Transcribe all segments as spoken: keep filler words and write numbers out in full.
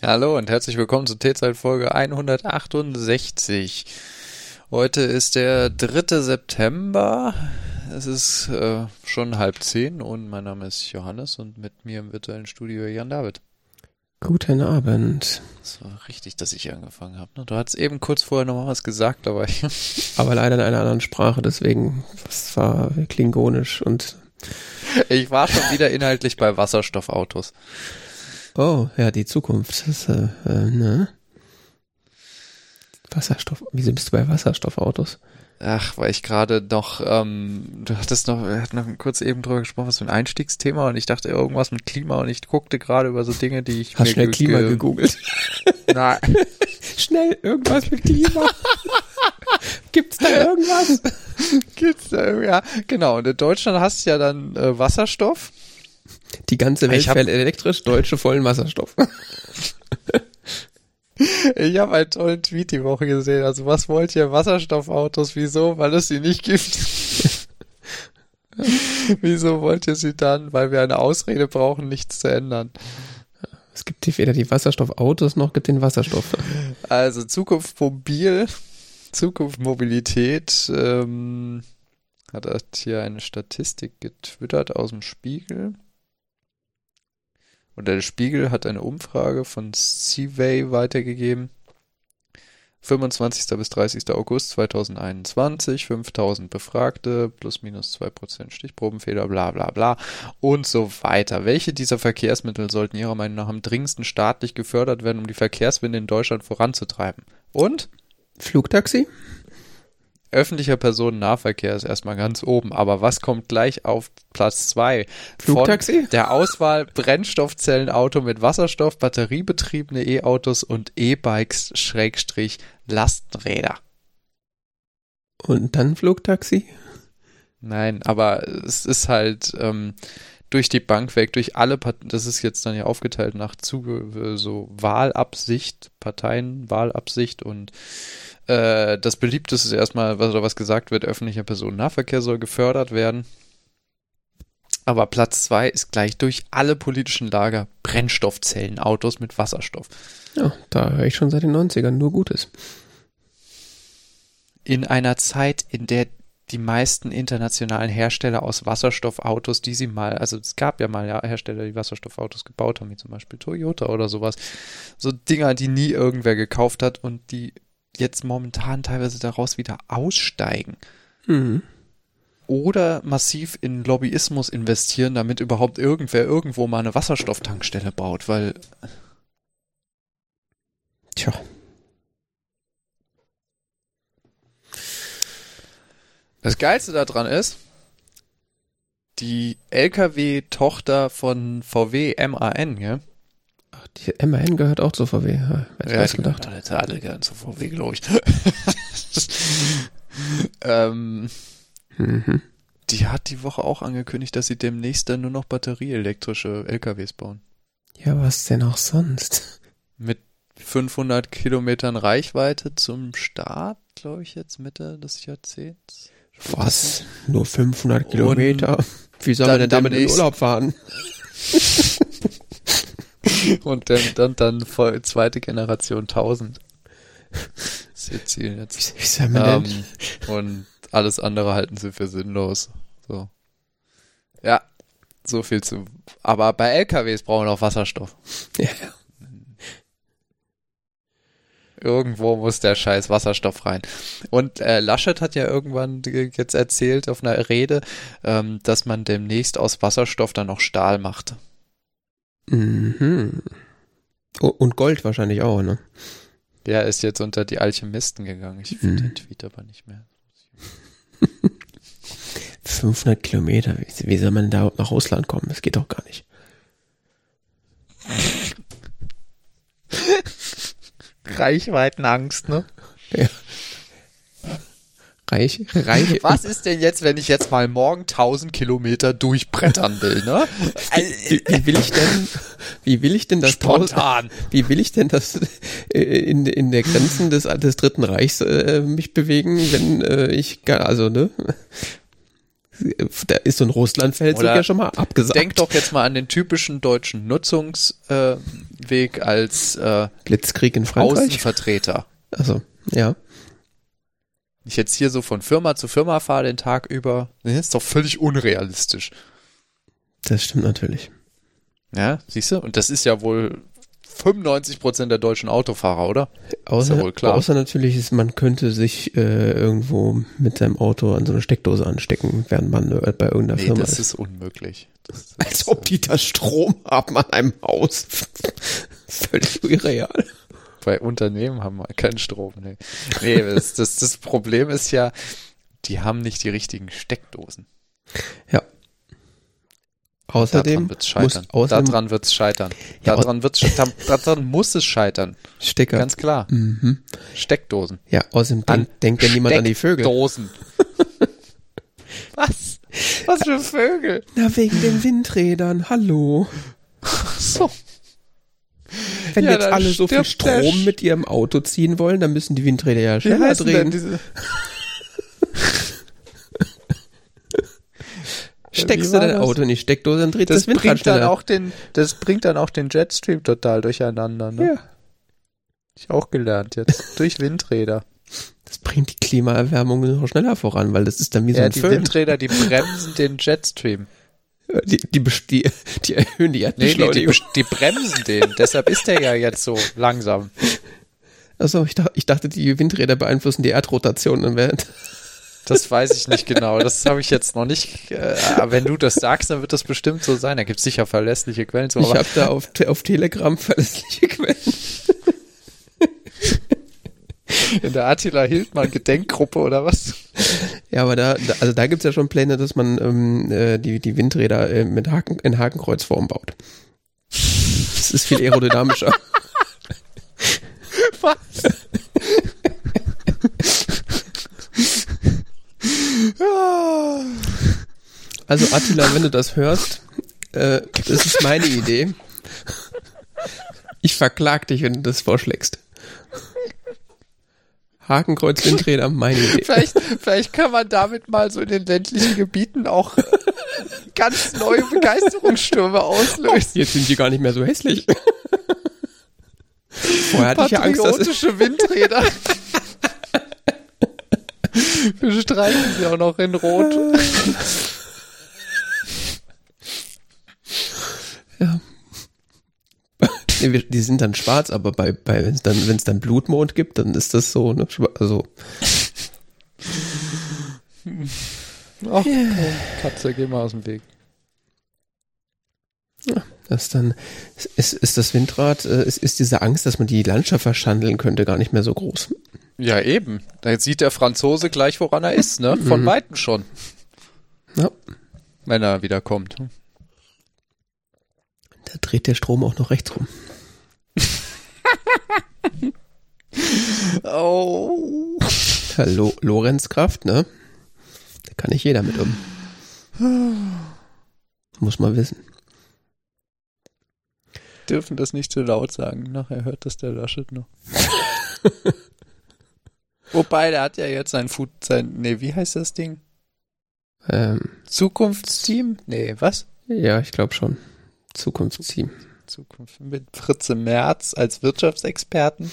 Hallo und herzlich willkommen zur T-Zeit-Folge hundertachtundsechzig. Heute ist der dritte September. Es ist äh, schon halb zehn und mein Name ist Johannes und mit mir im virtuellen Studio Jan David. Guten Abend. Das war richtig, dass ich angefangen habe. Ne? Du hattest eben kurz vorher noch mal was gesagt, aber ich aber leider in einer anderen Sprache, deswegen, das war klingonisch und ich war schon wieder inhaltlich bei Wasserstoffautos. Oh, ja, die Zukunft. Das, äh, äh, ne? Wasserstoff. Wieso bist du bei Wasserstoffautos? Ach, weil ich gerade noch, ähm, du hattest noch, wir hatten noch kurz eben drüber gesprochen, was für ein Einstiegsthema und ich dachte irgendwas mit Klima und ich guckte gerade über so Dinge, die ich Hast mir schnell ge- Klima ge- gegoogelt. Nein. Schnell irgendwas mit Klima. Gibt's da irgendwas? Gibt's da irgendwie? Ja, genau. Und in Deutschland hast du ja dann äh, Wasserstoff. Die ganze Welt Ich hab- fährt elektrisch, Deutsche vollen Wasserstoff. Ich habe einen tollen Tweet die Woche gesehen. Also was wollt ihr Wasserstoffautos? Wieso? Weil es sie nicht gibt. Wieso wollt ihr sie dann? Weil wir eine Ausrede brauchen, nichts zu ändern. Es gibt weder die Wasserstoffautos noch gibt den Wasserstoff. Also Zukunft mobil, Zukunft Mobilität, ähm, hat er hier eine Statistik getwittert aus dem Spiegel. Und der Spiegel hat eine Umfrage von Seaway weitergegeben. fünfundzwanzigster bis dreißigster August zweitausendeinundzwanzig, fünftausend Befragte, plus minus zwei Prozent Stichprobenfehler, bla bla bla und so weiter. Welche dieser Verkehrsmittel sollten Ihrer Meinung nach am dringendsten staatlich gefördert werden, um die Verkehrswende in Deutschland voranzutreiben? Und? Flugtaxi? Öffentlicher Personennahverkehr ist erstmal ganz oben, aber was kommt gleich auf Platz zwei? Flugtaxi? Von der Auswahl Brennstoffzellenauto mit Wasserstoff, batteriebetriebene E-Autos und E-Bikes Schrägstrich Lastenräder. Und dann Flugtaxi? Nein, aber es ist halt ähm, durch die Bank weg, durch alle Parteien, das ist jetzt dann ja aufgeteilt nach Zuge, so Wahlabsicht, Parteienwahlabsicht und Äh, das beliebteste ist erstmal, was, oder was gesagt wird, öffentlicher Personennahverkehr soll gefördert werden. Aber Platz zwei ist gleich durch alle politischen Lager Brennstoffzellenautos mit Wasserstoff. Ja, da höre ich schon seit den neunzigern nur Gutes. In einer Zeit, in der die meisten internationalen Hersteller aus Wasserstoffautos, die sie mal, also es gab ja mal ja, Hersteller, die Wasserstoffautos gebaut haben, wie zum Beispiel Toyota oder sowas. So Dinger, die nie irgendwer gekauft hat und die jetzt momentan teilweise daraus wieder aussteigen. Mhm. Oder massiv in Lobbyismus investieren, damit überhaupt irgendwer irgendwo mal eine Wasserstofftankstelle baut, weil Tja. das Geilste daran ist, die L K W-Tochter von V W, M A N, gell? Ach, die M A N gehört auch zu V W. Ja, wer hätte das die gedacht? gehören alle, alle gehören zu V W, glaube ich. ähm, Mhm. die hat die Woche auch angekündigt, dass sie demnächst dann nur noch batterieelektrische L K Ws bauen. Ja, was denn auch sonst? Mit fünfhundert Kilometern Reichweite zum Start, glaube ich, jetzt Mitte des Jahrzehnts. Was? Nur fünfhundert Kilometer? Wie soll man dann denn damit in den demnächst- Urlaub fahren? Und dann, dann, dann voll zweite Generation tausend. Das ist ihr Ziel jetzt. Wie soll man denn? Ähm, und alles andere halten sie für sinnlos. So. Ja, so viel zu. Aber bei L K Ws brauchen wir noch Wasserstoff. Ja. Irgendwo muss der scheiß Wasserstoff rein. Und äh, Laschet hat ja irgendwann jetzt erzählt auf einer Rede, ähm, dass man demnächst aus Wasserstoff dann noch Stahl macht. Mhm. Oh, und Gold wahrscheinlich auch, ne? Der ist jetzt unter die Alchemisten gegangen. Ich finde Mhm. den Tweet aber nicht mehr. fünfhundert Kilometer, wie, wie soll man da nach Russland kommen? Das geht doch gar nicht. Reichweitenangst, ne? Ja. Reich, reich. Was ist denn jetzt, wenn ich jetzt mal morgen tausend Kilometer durchbrettern will, ne? Wie, wie will ich denn, wie will ich denn das Spontan. Wie will ich denn das äh, in, in der Grenzen des, des Dritten Reichs äh, mich bewegen, wenn äh, ich, gar- also, ne? Da ist so ein Russlandfeldzug Oder ja schon mal abgesagt. Denk doch jetzt mal an den typischen deutschen Nutzungsweg äh, als äh, Blitzkrieg in Frankreich. Außenvertreter. Also, ja. Ich jetzt hier so von Firma zu Firma fahre den Tag über, das ist doch völlig unrealistisch. Das stimmt natürlich. Ja, siehst du? Und das ist ja wohl fünfundneunzig Prozent der deutschen Autofahrer, oder? Außer, ist ja wohl klar. Außer natürlich ist, man könnte sich äh, irgendwo mit seinem Auto an so eine Steckdose anstecken, während man äh, bei irgendeiner nee, Firma das ist. ist unmöglich. Das, das Als ob die da Strom haben an einem Haus. Völlig irreal. Bei Unternehmen haben wir keinen Strom. Nee, nee das, das, das Problem ist ja, die haben nicht die richtigen Steckdosen. Ja. Außerdem daran wird's scheitern. Muss, außerdem, daran wird's scheitern. Ja, daran, wird's, daran, daran muss es scheitern. Stecker. Ganz klar. Mhm. Steckdosen. Ja, außerdem An denk, denkt ja niemand an die Vögel. Steckdosen. Was? Was für Vögel? Na, wegen den Windrädern. Hallo. So. Wenn Ja, jetzt dann alle so viel stirbt der Strom Sch- mit ihrem Auto ziehen wollen, dann müssen die Windräder ja Wie schneller heißen denn drehen. diese? Steckst Wie du war dein das? Auto in die Steckdose, dann dreht Das das, Windrad bringt dann schneller. auch den, das bringt dann auch den Jetstream total durcheinander, ne? Ja. Ich auch gelernt jetzt. Durch Windräder. Das bringt die Klimaerwärmung noch schneller voran, weil das ist dann wie so Ja, ein die Föhn. Windräder, die bremsen den Jetstream. Die, die, best- die, die erhöhen die Nee, nee, die, Erdbeschleunigung. bes- die bremsen den. Deshalb ist der ja jetzt so langsam. Achso, ich, dach, ich dachte, die Windräder beeinflussen die Erdrotation. Dann wär, Das weiß ich nicht genau. Das habe ich jetzt noch nicht. Äh, aber wenn du das sagst, dann wird das bestimmt so sein. Da gibt es sicher verlässliche Quellen zu. ich Aber habe da auf, auf Telegram verlässliche Quellen. in der Attila Hildmann Gedenkgruppe oder was? Ja, aber da, da also da gibt's ja schon Pläne, dass man ähm, äh, die, die Windräder äh, mit Haken, in Hakenkreuzform baut. Das ist viel aerodynamischer. Was? Also Attila, wenn du das hörst, äh, das ist meine Idee. Ich verklag dich, wenn du das vorschlägst. Hakenkreuz-Windräder, meine Idee. Vielleicht, vielleicht kann man damit mal so in den ländlichen Gebieten auch ganz neue Begeisterungsstürme auslösen. Jetzt sind die gar nicht mehr so hässlich. Vorher hatte ich ja Angst, dass es, Patriotische Windräder. Wir streichen sie auch noch in Rot. ja. Nee, wir- die sind dann schwarz, aber bei, bei wenn es dann, wenn es dann Blutmond gibt, dann ist das so, ne, schwa- also Ach, komm, Katze, geh mal aus dem Weg. das ist dann ist, ist das Windrad, äh, ist, ist diese Angst, dass man die Landschaft verschandeln könnte, gar nicht mehr so groß. Ja, eben. Da sieht der Franzose gleich, woran er ist, ne? Von Mhm. Weitem schon. Ja. Wenn er wieder kommt. Da dreht der Strom auch noch rechts rum. Oh. Hallo, Lorenzkraft, ne? Da kann nicht jeder mit um. Muss man wissen. Dürfen das nicht zu laut sagen. Nachher hört das der Laschet noch. Wobei, der hat ja jetzt sein Food, sein, nee, wie heißt das Ding? Ähm, Zukunftsteam? Nee, was? ja, ich glaube schon. Zukunftsteam. Zukunft mit Fritze Merz als Wirtschaftsexperten.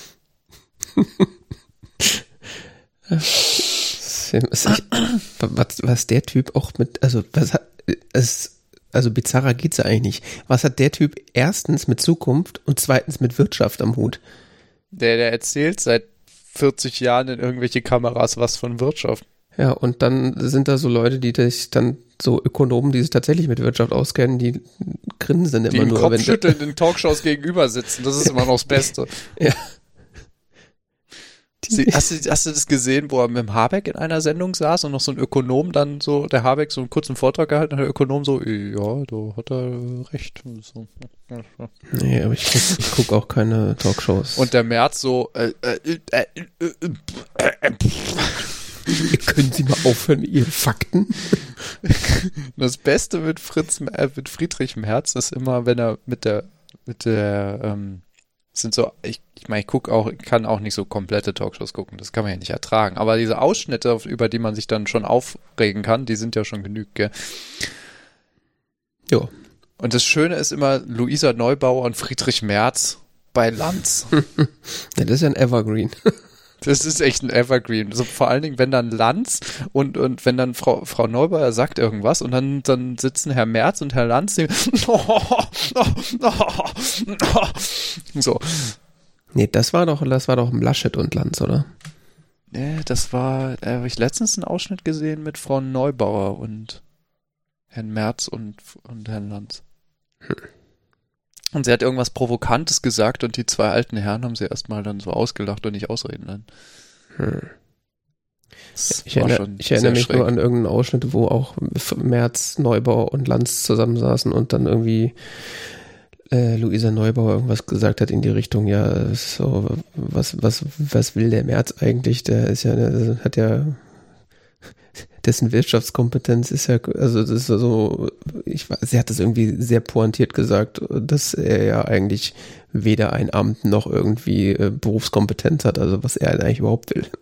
Was, was, was der Typ auch mit, also was hat, es, also bizarrer geht's ja eigentlich nicht. Was hat der Typ erstens mit Zukunft und zweitens mit Wirtschaft am Hut? Der, der erzählt seit vierzig Jahren in irgendwelche Kameras was von Wirtschaft. Ja, und dann sind da so Leute, die sich dann so Ökonomen, die sich tatsächlich mit Wirtschaft auskennen, die grinsen Die immer im nur. Kopf wenn schütteln in Talkshows gegenüber sitzen. Das ist immer noch das Beste. Ja. Sie, hast, du, hast du das gesehen, wo er mit dem Habeck in einer Sendung saß und noch so ein Ökonom dann so, der Habeck so einen kurzen Vortrag gehalten hat, der Ökonom so, ja, da hat er recht. So. Nee, aber ich guck, ich guck auch keine Talkshows. Und der Merz so, äh, äh, äh, äh, äh, äh, können Sie mal aufhören, Ihre Fakten? das Beste mit Fritz, äh, mit Friedrich Merz ist immer, wenn er mit der, mit der, ähm, Das sind so, ich, ich meine, ich guck auch, kann auch nicht so komplette Talkshows gucken, das kann man ja nicht ertragen. Aber diese Ausschnitte, über die man sich dann schon aufregen kann, die sind ja schon genug, gell? Jo. Und das Schöne ist immer Luisa Neubauer und Friedrich Merz bei Lanz. Ja, das ist ja ein Evergreen. Das ist echt ein Evergreen. Also vor allen Dingen, wenn dann Lanz und, und wenn dann Frau, Frau Neubauer sagt irgendwas und dann, dann sitzen Herr Merz und Herr Lanz die, so. Nee, das war doch, das war doch Laschet und Lanz, oder? Nee, das war, da habe ich letztens einen Ausschnitt gesehen mit Frau Neubauer und Herrn Merz und, und Herrn Lanz. Hm. Und sie hat irgendwas Provokantes gesagt und die zwei alten Herren haben sie erstmal dann so ausgelacht und nicht ausreden lassen. Hm. Ich erinnere, ich erinnere mich schräg. nur an irgendeinen Ausschnitt, wo auch Merz, Neubauer und Lanz zusammensaßen und dann irgendwie äh, Luisa Neubauer irgendwas gesagt hat in die Richtung, ja, so, was, was, was will der Merz eigentlich? Der ist ja, der hat ja, dessen Wirtschaftskompetenz ist ja, also das ist so, ich weiß, sie hat das irgendwie sehr pointiert gesagt, dass er ja eigentlich weder ein Amt noch irgendwie äh, Berufskompetenz hat, also was er eigentlich überhaupt will.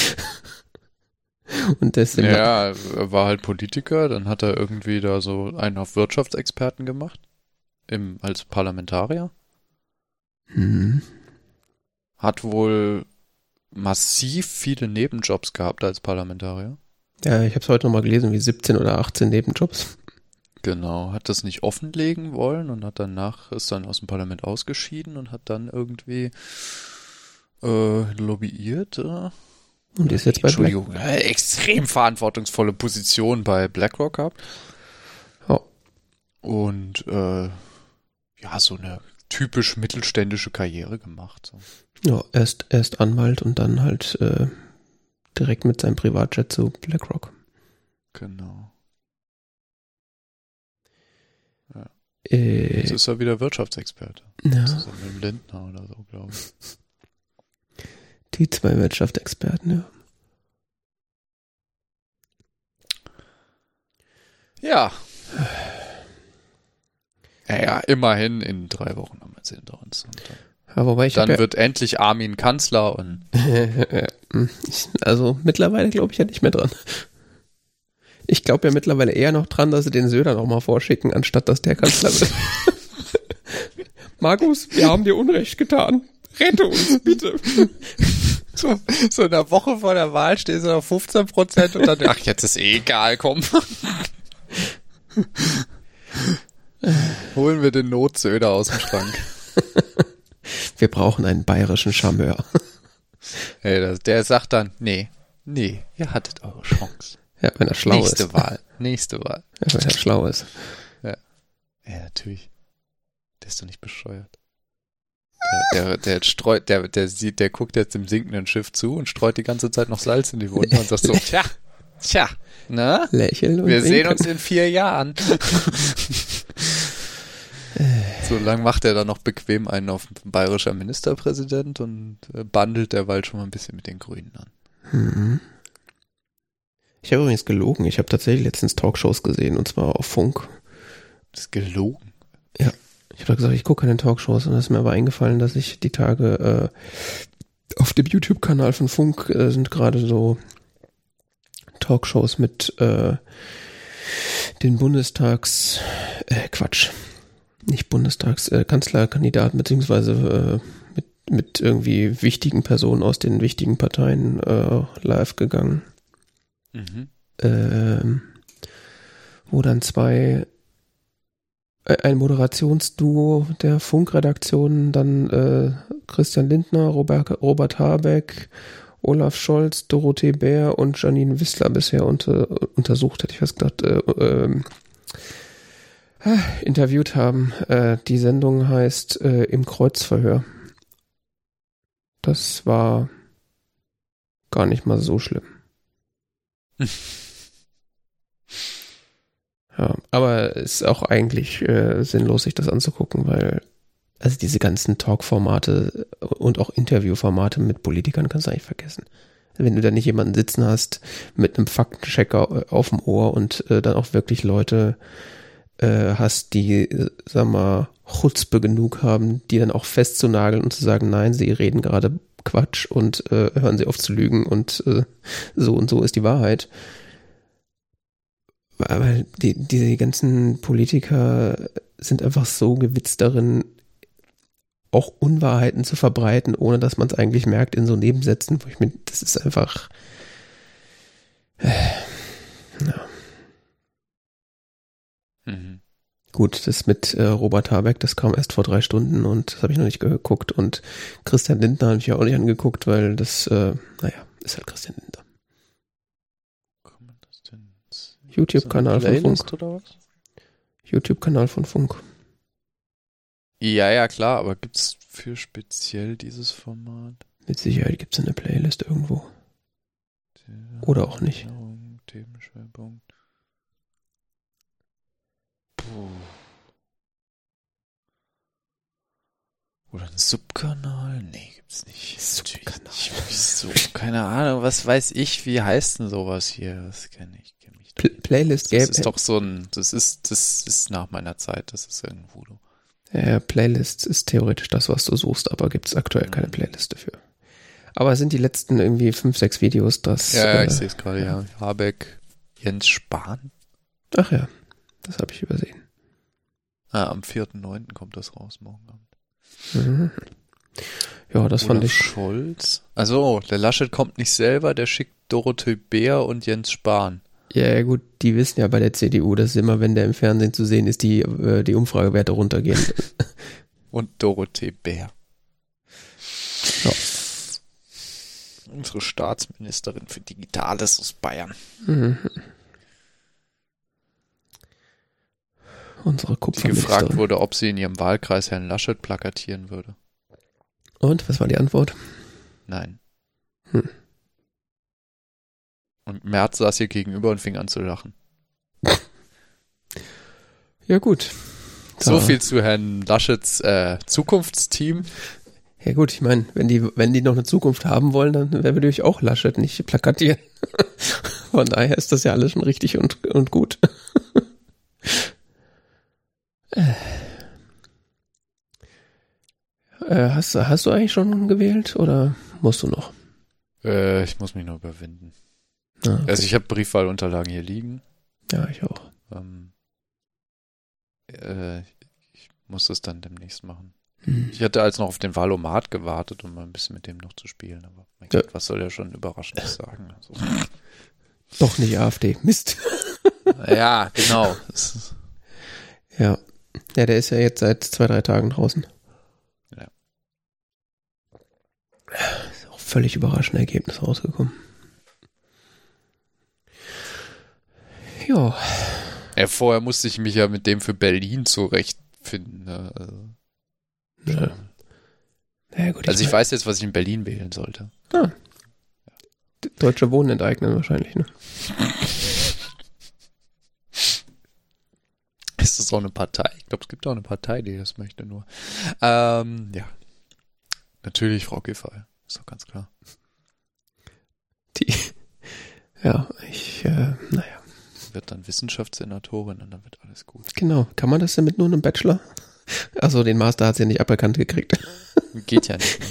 Und deswegen ja, er war halt Politiker, dann hat er irgendwie da so einen auf Wirtschaftsexperten gemacht, im, als Parlamentarier. Mhm. Hat wohl massiv viele Nebenjobs gehabt als Parlamentarier. Ja, ich habe es heute nochmal gelesen, wie siebzehn oder achtzehn Nebenjobs. Genau, hat das nicht offenlegen wollen und hat danach, ist dann aus dem Parlament ausgeschieden und hat dann irgendwie äh, lobbyiert. Äh, und ist jetzt bei Entschuldigung, Black- äh, extrem verantwortungsvolle Position bei BlackRock gehabt. Oh. Und äh, ja, so eine typisch mittelständische Karriere gemacht. So. Ja, erst, erst Anwalt und dann halt äh, direkt mit seinem Privatjet zu BlackRock. Genau. Ja. Äh, Jetzt ist er wieder Wirtschaftsexperte. Ja. Zusammen mit dem Lindner oder so, glaube ich. Die zwei Wirtschaftsexperten, ja. Ja. Naja, immerhin in drei Wochen haben wir es hinter uns. Und dann ja, wobei ich dann ja, wird endlich Armin Kanzler und also mittlerweile glaube ich ja nicht mehr dran. Ich glaube ja mittlerweile eher noch dran, dass sie den Söder noch mal vorschicken, anstatt dass der Kanzler wird. Markus, wir haben dir Unrecht getan. Rette uns, bitte. So, so in der Woche vor der Wahl stehst du auf fünfzehn Prozent und dann, ach, jetzt ist eh egal, komm. Holen wir den Notsöder aus dem Schrank. Wir brauchen einen bayerischen Charmeur. Hey, das, der sagt dann, nee, nee, ihr hattet eure Chance. Ja, wenn er schlau nächste ist. Nächste Wahl, nächste Wahl. Ja, wenn er schlau ist. Ja, ja natürlich. Der ist doch nicht bescheuert. Der, der, der streut, der, der sieht, der guckt jetzt dem sinkenden Schiff zu und streut die ganze Zeit noch Salz in die Wunde und sagt so, tja, tja, ne? Lächeln und wir winken. sehen uns in vier Jahren. So lang macht er dann noch bequem einen auf bayerischer Ministerpräsident und äh, bandelt derweil schon mal ein bisschen mit den Grünen an. Mhm. Ich habe übrigens gelogen. Ich habe tatsächlich letztens Talkshows gesehen und zwar auf Funk. Das ist gelogen? Ja. Ich habe gesagt, ich gucke keine Talkshows und es ist mir aber eingefallen, dass ich die Tage äh, auf dem YouTube-Kanal von Funk äh, sind gerade so Talkshows mit äh, den Bundestags, äh, Quatsch, nicht Bundestags, äh, Kanzlerkandidaten beziehungsweise äh, mit, mit irgendwie wichtigen Personen aus den wichtigen Parteien äh, live gegangen. Mhm. Ähm, wo dann zwei ein Moderationsduo der Funkredaktionen, dann äh, Christian Lindner, Robert, Robert Habeck, Olaf Scholz, Dorothee Bär und Janine Wissler bisher unter, untersucht, hätte ich fast gedacht, äh, äh, äh, interviewt haben. Äh, die Sendung heißt äh, Im Kreuzverhör. Das war gar nicht mal so schlimm. Ja, aber es ist auch eigentlich äh, sinnlos, sich das anzugucken, weil also diese ganzen Talk-Formate und auch Interviewformate mit Politikern kannst du eigentlich vergessen. Wenn du da nicht jemanden sitzen hast mit einem Faktenchecker auf dem Ohr und äh, dann auch wirklich Leute äh, hast, die, äh, sag mal, Chutzpe genug haben, die dann auch festzunageln und zu sagen, nein, sie reden gerade Quatsch und äh, hören sie auf zu lügen und äh, so und so ist die Wahrheit. Aber die, die ganzen Politiker sind einfach so gewitzt darin, auch Unwahrheiten zu verbreiten, ohne dass man es eigentlich merkt in so Nebensätzen, wo ich mir, das ist einfach äh, ja. Mhm. Gut, das mit äh, Robert Habeck, das kam erst vor drei Stunden und das habe ich noch nicht geguckt und Christian Lindner habe ich ja auch nicht angeguckt, weil das, äh, naja, ist halt Christian Lindner. Kann man das denn? YouTube-Kanal von Funk. Oder was? YouTube-Kanal von Funk. Ja, ja, klar, aber gibt es für speziell dieses Format? Mit Sicherheit gibt es eine Playlist irgendwo. Oder auch nicht. Themenschwerpunkt. Puh. Oder ein Subkanal? Nee, gibt's nicht. Subkanal. Wieso? Keine Ahnung, was weiß ich, wie heißt denn sowas hier? Das kenne ich, kenn mich Pl- Playlist Das ist doch so ein, das ist, das ist nach meiner Zeit, das ist irgendwo. Ja, Playlist ist theoretisch das, was du suchst, aber gibt es aktuell keine Playlist dafür. Aber es sind die letzten irgendwie fünf, sechs Videos, das... Ja, ja ich äh, sehe es gerade, ja. Habeck, Jens Spahn. Ach ja, das habe ich übersehen. Ah, am vierten neunten kommt das raus, morgen Abend. Mhm. Ja, das Olaf fand ich... Scholz. Also, der Laschet kommt nicht selber, der schickt Dorothee Bär und Jens Spahn. Ja, gut, die wissen ja bei der C D U, dass immer, wenn der im Fernsehen zu sehen ist, die, äh, die Umfragewerte runtergehen. Und Dorothee Bär. Ja. Unsere Staatsministerin für Digitales aus Bayern. Mhm. Unsere Kupferministerin. Die gefragt wurde, ob sie in ihrem Wahlkreis Herrn Laschet plakatieren würde. Und, was war die Antwort? Nein. Hm. Und Merz saß hier gegenüber und fing an zu lachen. Ja, gut. So viel zu Herrn Laschets äh, Zukunftsteam. Ja gut, ich meine, wenn die, wenn die noch eine Zukunft haben wollen, dann werden wir natürlich auch Laschet nicht plakatieren. Von daher ist das ja alles schon richtig und, und gut. äh, hast, hast du eigentlich schon gewählt oder musst du noch? Äh, ich muss mich noch überwinden. Ah, okay. Also ich habe Briefwahlunterlagen hier liegen. Ja, ich auch. Ähm, äh, ich muss das dann demnächst machen. Hm. Ich hatte als noch auf den Wahlomat gewartet, um mal ein bisschen mit dem noch zu spielen. Aber mein ja. Gott, was soll der schon Überraschendes sagen? Also. Doch nicht AfD. Mist. Ja, genau. ja. Ja, der ist ja jetzt seit zwei, drei Tagen draußen. Ja. Ist auch völlig überraschendes Ergebnis rausgekommen. Ja. Ja, vorher musste ich mich ja mit dem für Berlin zurechtfinden. Ne? Also, ja. Ja, gut, also ich, ich weiß jetzt, was ich in Berlin wählen sollte. Ah. Ja. Deutsche Wohnen enteignen wahrscheinlich, ne? Ist das auch eine Partei? Ich glaube, es gibt auch eine Partei, die das möchte nur. Ähm, ja. Natürlich Frau Giffey. Ist doch ganz klar. Die, ja, ich, äh, naja. Wird dann Wissenschaftssenatorin und dann wird alles gut. Genau. Kann man das denn mit nur einem Bachelor? Also den Master hat sie ja nicht aberkannt gekriegt. Geht ja nicht.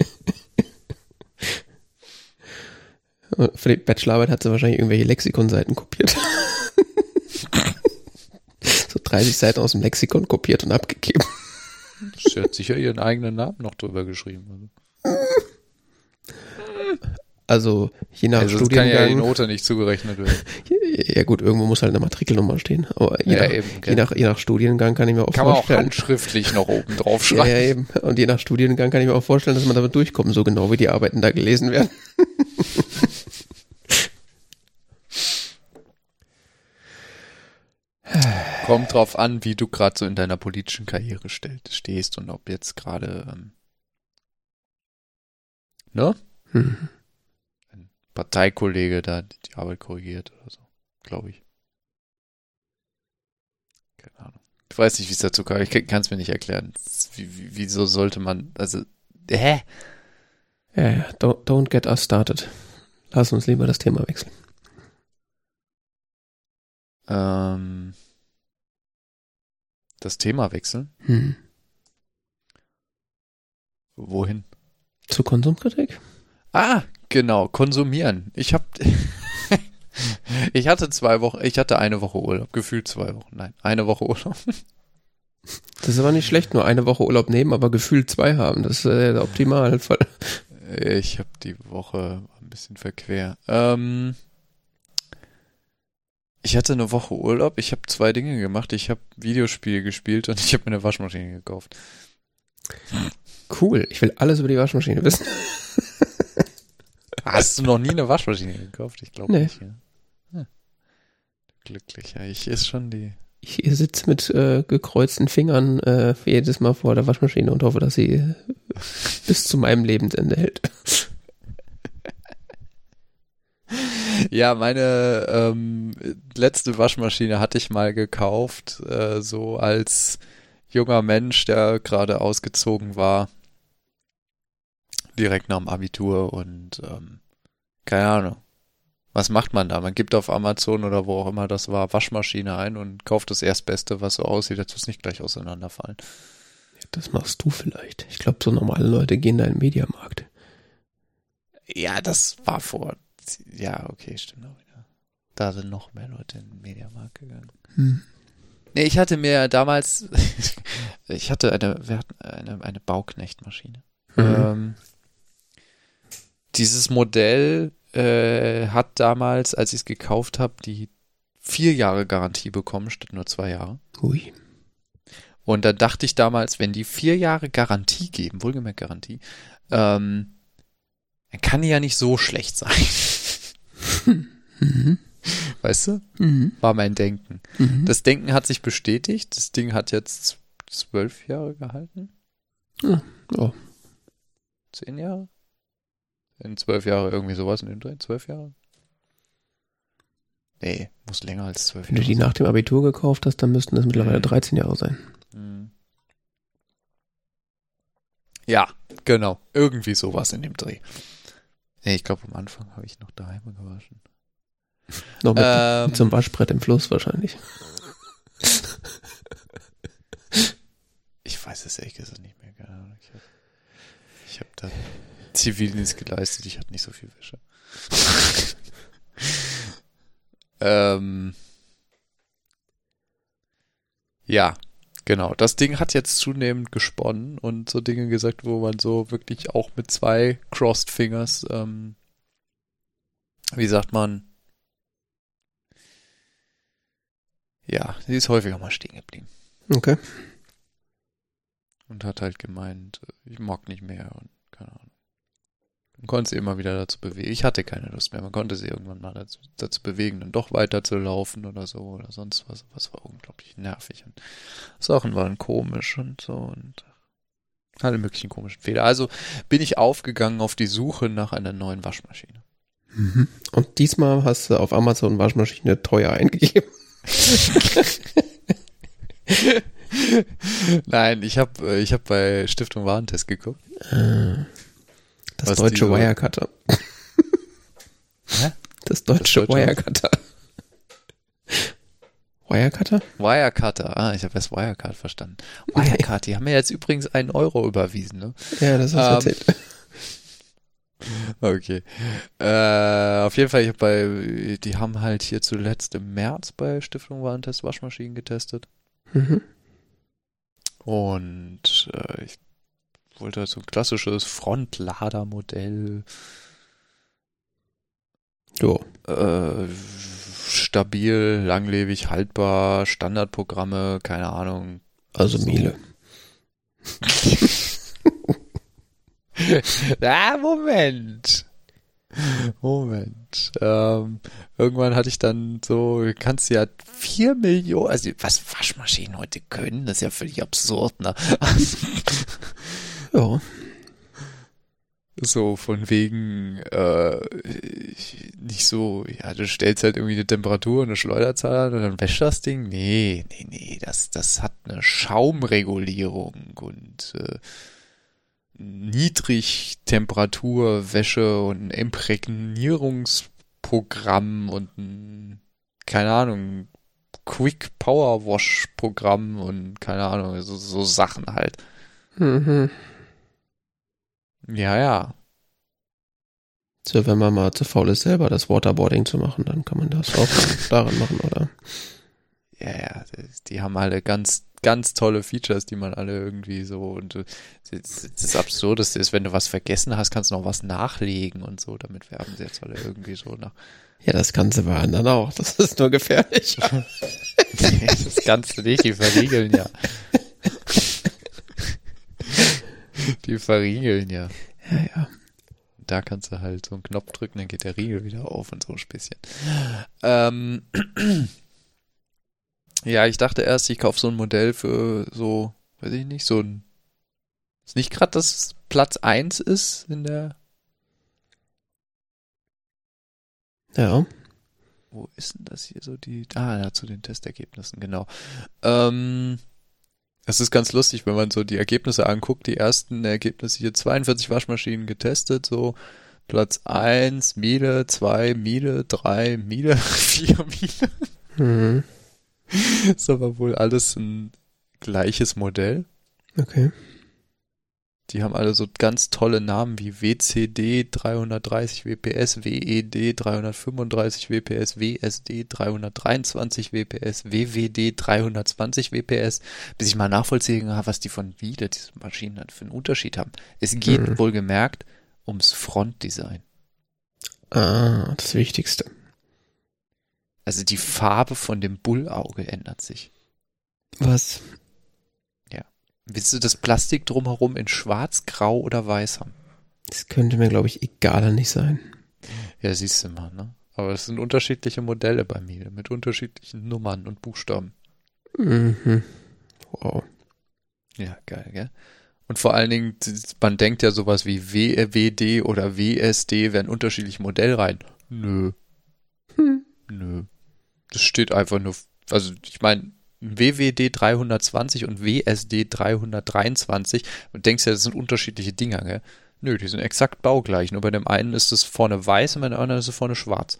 Ne? Für die Bachelorarbeit hat sie wahrscheinlich irgendwelche Lexikonseiten kopiert. So dreißig Seiten aus dem Lexikon kopiert und abgegeben. Sie hat sicher ihren eigenen Namen noch drüber geschrieben. Also je nach also Studiengang. Kann ja die Note nicht zugerechnet werden. Ja gut, irgendwo muss halt eine Matrikelnummer stehen. Aber je, ja, nach, eben, je, nach, je nach Studiengang kann ich mir auch kann vorstellen. Kann man auch handschriftlich noch oben drauf schreiben. Ja, ja, eben. Und je nach Studiengang kann ich mir auch vorstellen, dass man damit durchkommt, so genau wie die Arbeiten da gelesen werden. Kommt drauf an, wie du gerade so in deiner politischen Karriere stehst und ob jetzt gerade ähm, ne? Hm. Ein Parteikollege da die Arbeit korrigiert oder so, glaube ich. Keine Ahnung. Ich weiß nicht, wie es dazu kam. Ich kann es mir nicht erklären. Wie, wie, wieso sollte man, also, hä? Ja, ja, don't, don't get us started. Lass uns lieber das Thema wechseln. Ähm, das Thema wechseln. Hm. Wohin? Zur Konsumkritik? Ah, genau, konsumieren. Ich hab, ich hatte zwei Wochen, ich hatte eine Woche Urlaub, gefühlt zwei Wochen, nein, eine Woche Urlaub. Das ist aber nicht schlecht, nur eine Woche Urlaub nehmen, aber gefühlt zwei haben. Das ist äh, der Optimalfall. Ich habe die Woche ein bisschen verquer. Ähm, ich hatte eine Woche Urlaub, ich habe zwei Dinge gemacht. Ich habe Videospiele gespielt und ich habe mir eine Waschmaschine gekauft. Cool, ich will alles über die Waschmaschine wissen. Hast du noch nie eine Waschmaschine gekauft? Ich glaube nee. nicht. Ja. Ja. Glücklich, ja. Ich ist schon die... Ich sitze mit äh, gekreuzten Fingern äh, jedes Mal vor der Waschmaschine und hoffe, dass sie äh, bis zu meinem Lebensende hält. Ja, meine ähm, letzte Waschmaschine hatte ich mal gekauft, äh, so als junger Mensch, der gerade ausgezogen war, direkt nach dem Abitur und ähm, keine Ahnung. Was macht man da? Man gibt auf Amazon oder wo auch immer das war, Waschmaschine ein und kauft das Erstbeste, was so aussieht, dass es nicht gleich auseinanderfallen. Ja, das machst du vielleicht. Ich glaube, so normale Leute gehen da in den Mediamarkt. Ja, das war vor... Ja, okay, stimmt auch wieder. Da sind noch mehr Leute in den Mediamarkt gegangen. Hm. Nee, ich hatte mir damals... ich hatte eine, wir hatten eine, eine Bauknechtmaschine. Mhm. Ähm, dieses Modell... Äh, hat damals, als ich es gekauft habe, die vier Jahre Garantie bekommen, statt nur zwei Jahre. Ui. Und dann dachte ich damals, wenn die vier Jahre Garantie geben, wohlgemerkt Garantie, ähm, dann kann die ja nicht so schlecht sein. Mhm. Weißt du? Mhm. War mein Denken. Mhm. Das Denken hat sich bestätigt. Das Ding hat jetzt zwölf Jahre gehalten. Ja. Oh. Zehn Jahre? In zwölf Jahre irgendwie sowas in dem Dreh? Zwölf Jahre? Nee, muss länger als zwölf Jahre. Wenn du die nach dem Abitur gekauft hast, dann müssten das mittlerweile mhm. dreizehn Jahre sein. Mhm. Ja, genau. Irgendwie sowas in dem Dreh. Nee, ich glaube am Anfang habe ich noch daheim gewaschen. Noch mit, ähm, mit so einem Waschbrett im Fluss wahrscheinlich. Ich weiß es ehrlich gesagt nicht mehr. Keine Ahnung. Ich habe ich hab da Zivildienst geleistet, ich hatte nicht so viel Wäsche. ähm, ja, genau. Das Ding hat jetzt zunehmend gesponnen und so Dinge gesagt, wo man so wirklich auch mit zwei Crossed Fingers, ähm, wie sagt man, ja, sie ist häufiger mal stehen geblieben. Okay. Und hat halt gemeint, ich mag nicht mehr und keine Ahnung. Man konnte sie immer wieder dazu bewegen. Ich hatte keine Lust mehr. Man konnte sie irgendwann mal dazu, dazu bewegen, dann doch weiter zu laufen oder so oder sonst was. Was war unglaublich nervig und Sachen waren komisch und so und alle möglichen komischen Fehler. Also bin ich aufgegangen auf die Suche nach einer neuen Waschmaschine. Mhm. Und diesmal hast du auf Amazon Waschmaschine teuer eingegeben. Nein, ich habe ich hab bei Stiftung Warentest geguckt. Äh. Das deutsche so Wirecutter. Hä? Das deutsche, das deutsche Wirecutter. Wirecutter? Wirecutter. Ah, ich habe erst Wirecard verstanden. Wirecard, die haben mir jetzt übrigens einen Euro überwiesen, ne? Ja, das hast du ähm, erzählt. Okay. Äh, auf jeden Fall, ich hab bei, die haben halt hier zuletzt im März bei Stiftung Warentest Waschmaschinen getestet. Mhm. Und äh, ich wollte so ein klassisches Frontlader-Modell. Jo. Äh, stabil, langlebig, haltbar, Standardprogramme, keine Ahnung. Also so. Miele. ah, Moment. Moment. Ähm, irgendwann hatte ich dann so, kannst du ja vier Millionen, also was Waschmaschinen heute können, das ist ja völlig absurd, ne? Ja. So von wegen äh, nicht so, ja, du stellst halt irgendwie eine Temperatur und eine Schleuderzahl an und dann wäscht das Ding. Nee, nee, nee, das, das hat eine Schaumregulierung und äh, Niedrigtemperaturwäsche und ein Imprägnierungsprogramm und ein, keine Ahnung, Quick Power Wash Programm und keine Ahnung, so, so Sachen halt. Mhm. Ja, ja. So, wenn man mal zu faul ist, selber das Waterboarding zu machen, dann kann man das auch daran machen, oder? Ja, ja, die haben alle ganz, ganz tolle Features, die man alle irgendwie so, und das, das Absurdeste ist, wenn du was vergessen hast, kannst du noch was nachlegen und so, damit werben sie jetzt alle irgendwie so nach. Ja, das Ganze bei anderen auch, das ist nur gefährlich. Nee, das kannst du nicht, die verriegeln ja. Die verriegeln ja. Ja, ja. Da kannst du halt so einen Knopf drücken, dann geht der Riegel wieder auf und so ein Späßchen. Ähm, ja, ich dachte erst, ich kaufe so ein Modell für so, weiß ich nicht, so ein, ist nicht gerade, dass Platz eins ist in der. Ja. Wo ist denn das hier so die, ah, ja, zu den Testergebnissen, genau. Ähm, Es ist ganz lustig, wenn man so die Ergebnisse anguckt, die ersten Ergebnisse hier, zweiundvierzig Waschmaschinen getestet, so Platz eins, Miele, zwei, Miele, drei, Miele, vier, Miele. Mhm. Ist aber wohl alles ein gleiches Modell. Okay. Die haben alle so ganz tolle Namen wie W C D dreihundertdreißig W P S, W E D dreihundertfünfunddreißig W P S, W S D dreihundertdreiundzwanzig W P S, W W D dreihundertzwanzig W P S, bis ich mal nachvollziehen habe, was die von wieder diese Maschinen dann für einen Unterschied haben. Es geht Mhm. wohlgemerkt ums Frontdesign. Ah, das Wichtigste. Also die Farbe von dem Bullauge ändert sich. Was? Willst du das Plastik drumherum in schwarz, grau oder weiß haben? Das könnte mir, glaube ich, egaler nicht sein. Ja, siehst du mal, ne? Aber es sind unterschiedliche Modelle bei mir, mit unterschiedlichen Nummern und Buchstaben. Mhm. Wow. Ja, geil, gell? Und vor allen Dingen, man denkt ja sowas wie W W D oder W S D wären unterschiedliche Modellreihen. Nö. Hm. Nö. Das steht einfach nur, also ich meine, W W D dreihundertzwanzig und W S D dreihundertdreiundzwanzig und denkst ja, das sind unterschiedliche Dinger, gell? Nö, die sind exakt baugleich. Nur bei dem einen ist es vorne weiß und bei dem anderen ist es vorne schwarz.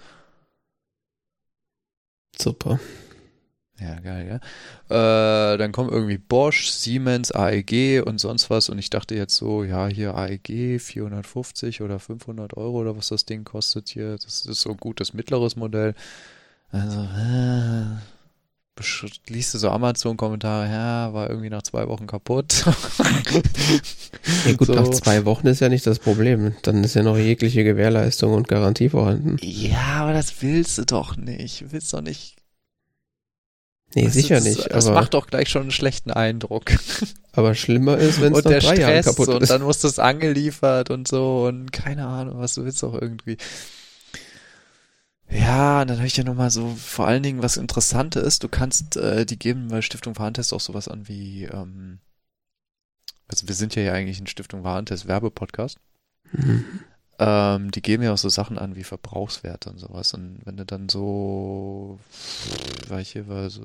Super. Ja, geil, gell? Äh, dann kommen irgendwie Bosch, Siemens, A E G und sonst was und ich dachte jetzt so, ja, hier A E G vierhundertfünfzig oder fünfhundert Euro oder was das Ding kostet hier. Das ist so ein gutes mittleres Modell. Also, äh, liest du so Amazon-Kommentare, ja, war irgendwie nach zwei Wochen kaputt. Ja gut, so. Nach zwei Wochen ist ja nicht das Problem. Dann ist ja noch jegliche Gewährleistung und Garantie vorhanden. Ja, aber das willst du doch nicht. Du willst doch nicht. Nee, weißt sicher du, das, nicht. Das aber, macht doch gleich schon einen schlechten Eindruck. Aber schlimmer ist, wenn es nach der drei Stress Jahren kaputt und ist. dann muss das angeliefert und so und keine Ahnung, was du willst doch irgendwie. Ja, und dann habe ich ja nochmal so, vor allen Dingen, was Interessantes ist, du kannst, äh, die geben bei Stiftung Warentest auch sowas an wie, ähm, also wir sind ja ja eigentlich ein Stiftung Warentest Werbepodcast. Mhm. Ähm, die geben ja auch so Sachen an wie Verbrauchswerte und sowas. Und wenn du dann so, welche war so,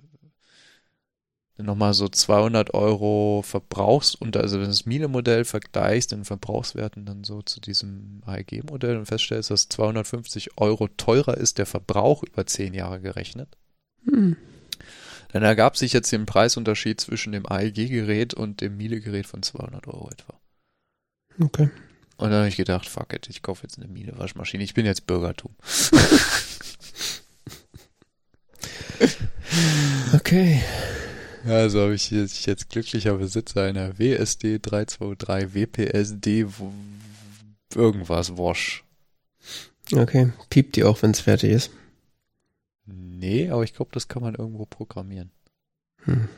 nochmal so zweihundert Euro verbrauchst und also wenn du das Miele-Modell vergleichst in Verbrauchswerten dann so zu diesem A E G-Modell und feststellst, dass zweihundertfünfzig Euro teurer ist der Verbrauch über zehn Jahre gerechnet, Hm. dann ergab sich jetzt den Preisunterschied zwischen dem A E G-Gerät und dem Miele-Gerät von zweihundert Euro etwa. Okay. Und dann habe ich gedacht, fuck it, ich kaufe jetzt eine Miele-Waschmaschine. Ich bin jetzt Bürgertum. Okay. Also habe ich jetzt, jetzt glücklicher Besitzer einer W S D dreihundertdreiundzwanzig W P S D irgendwas Wash. Okay. Piept die auch, wenn es fertig ist? Nee, aber ich glaube, das kann man irgendwo programmieren. Hm.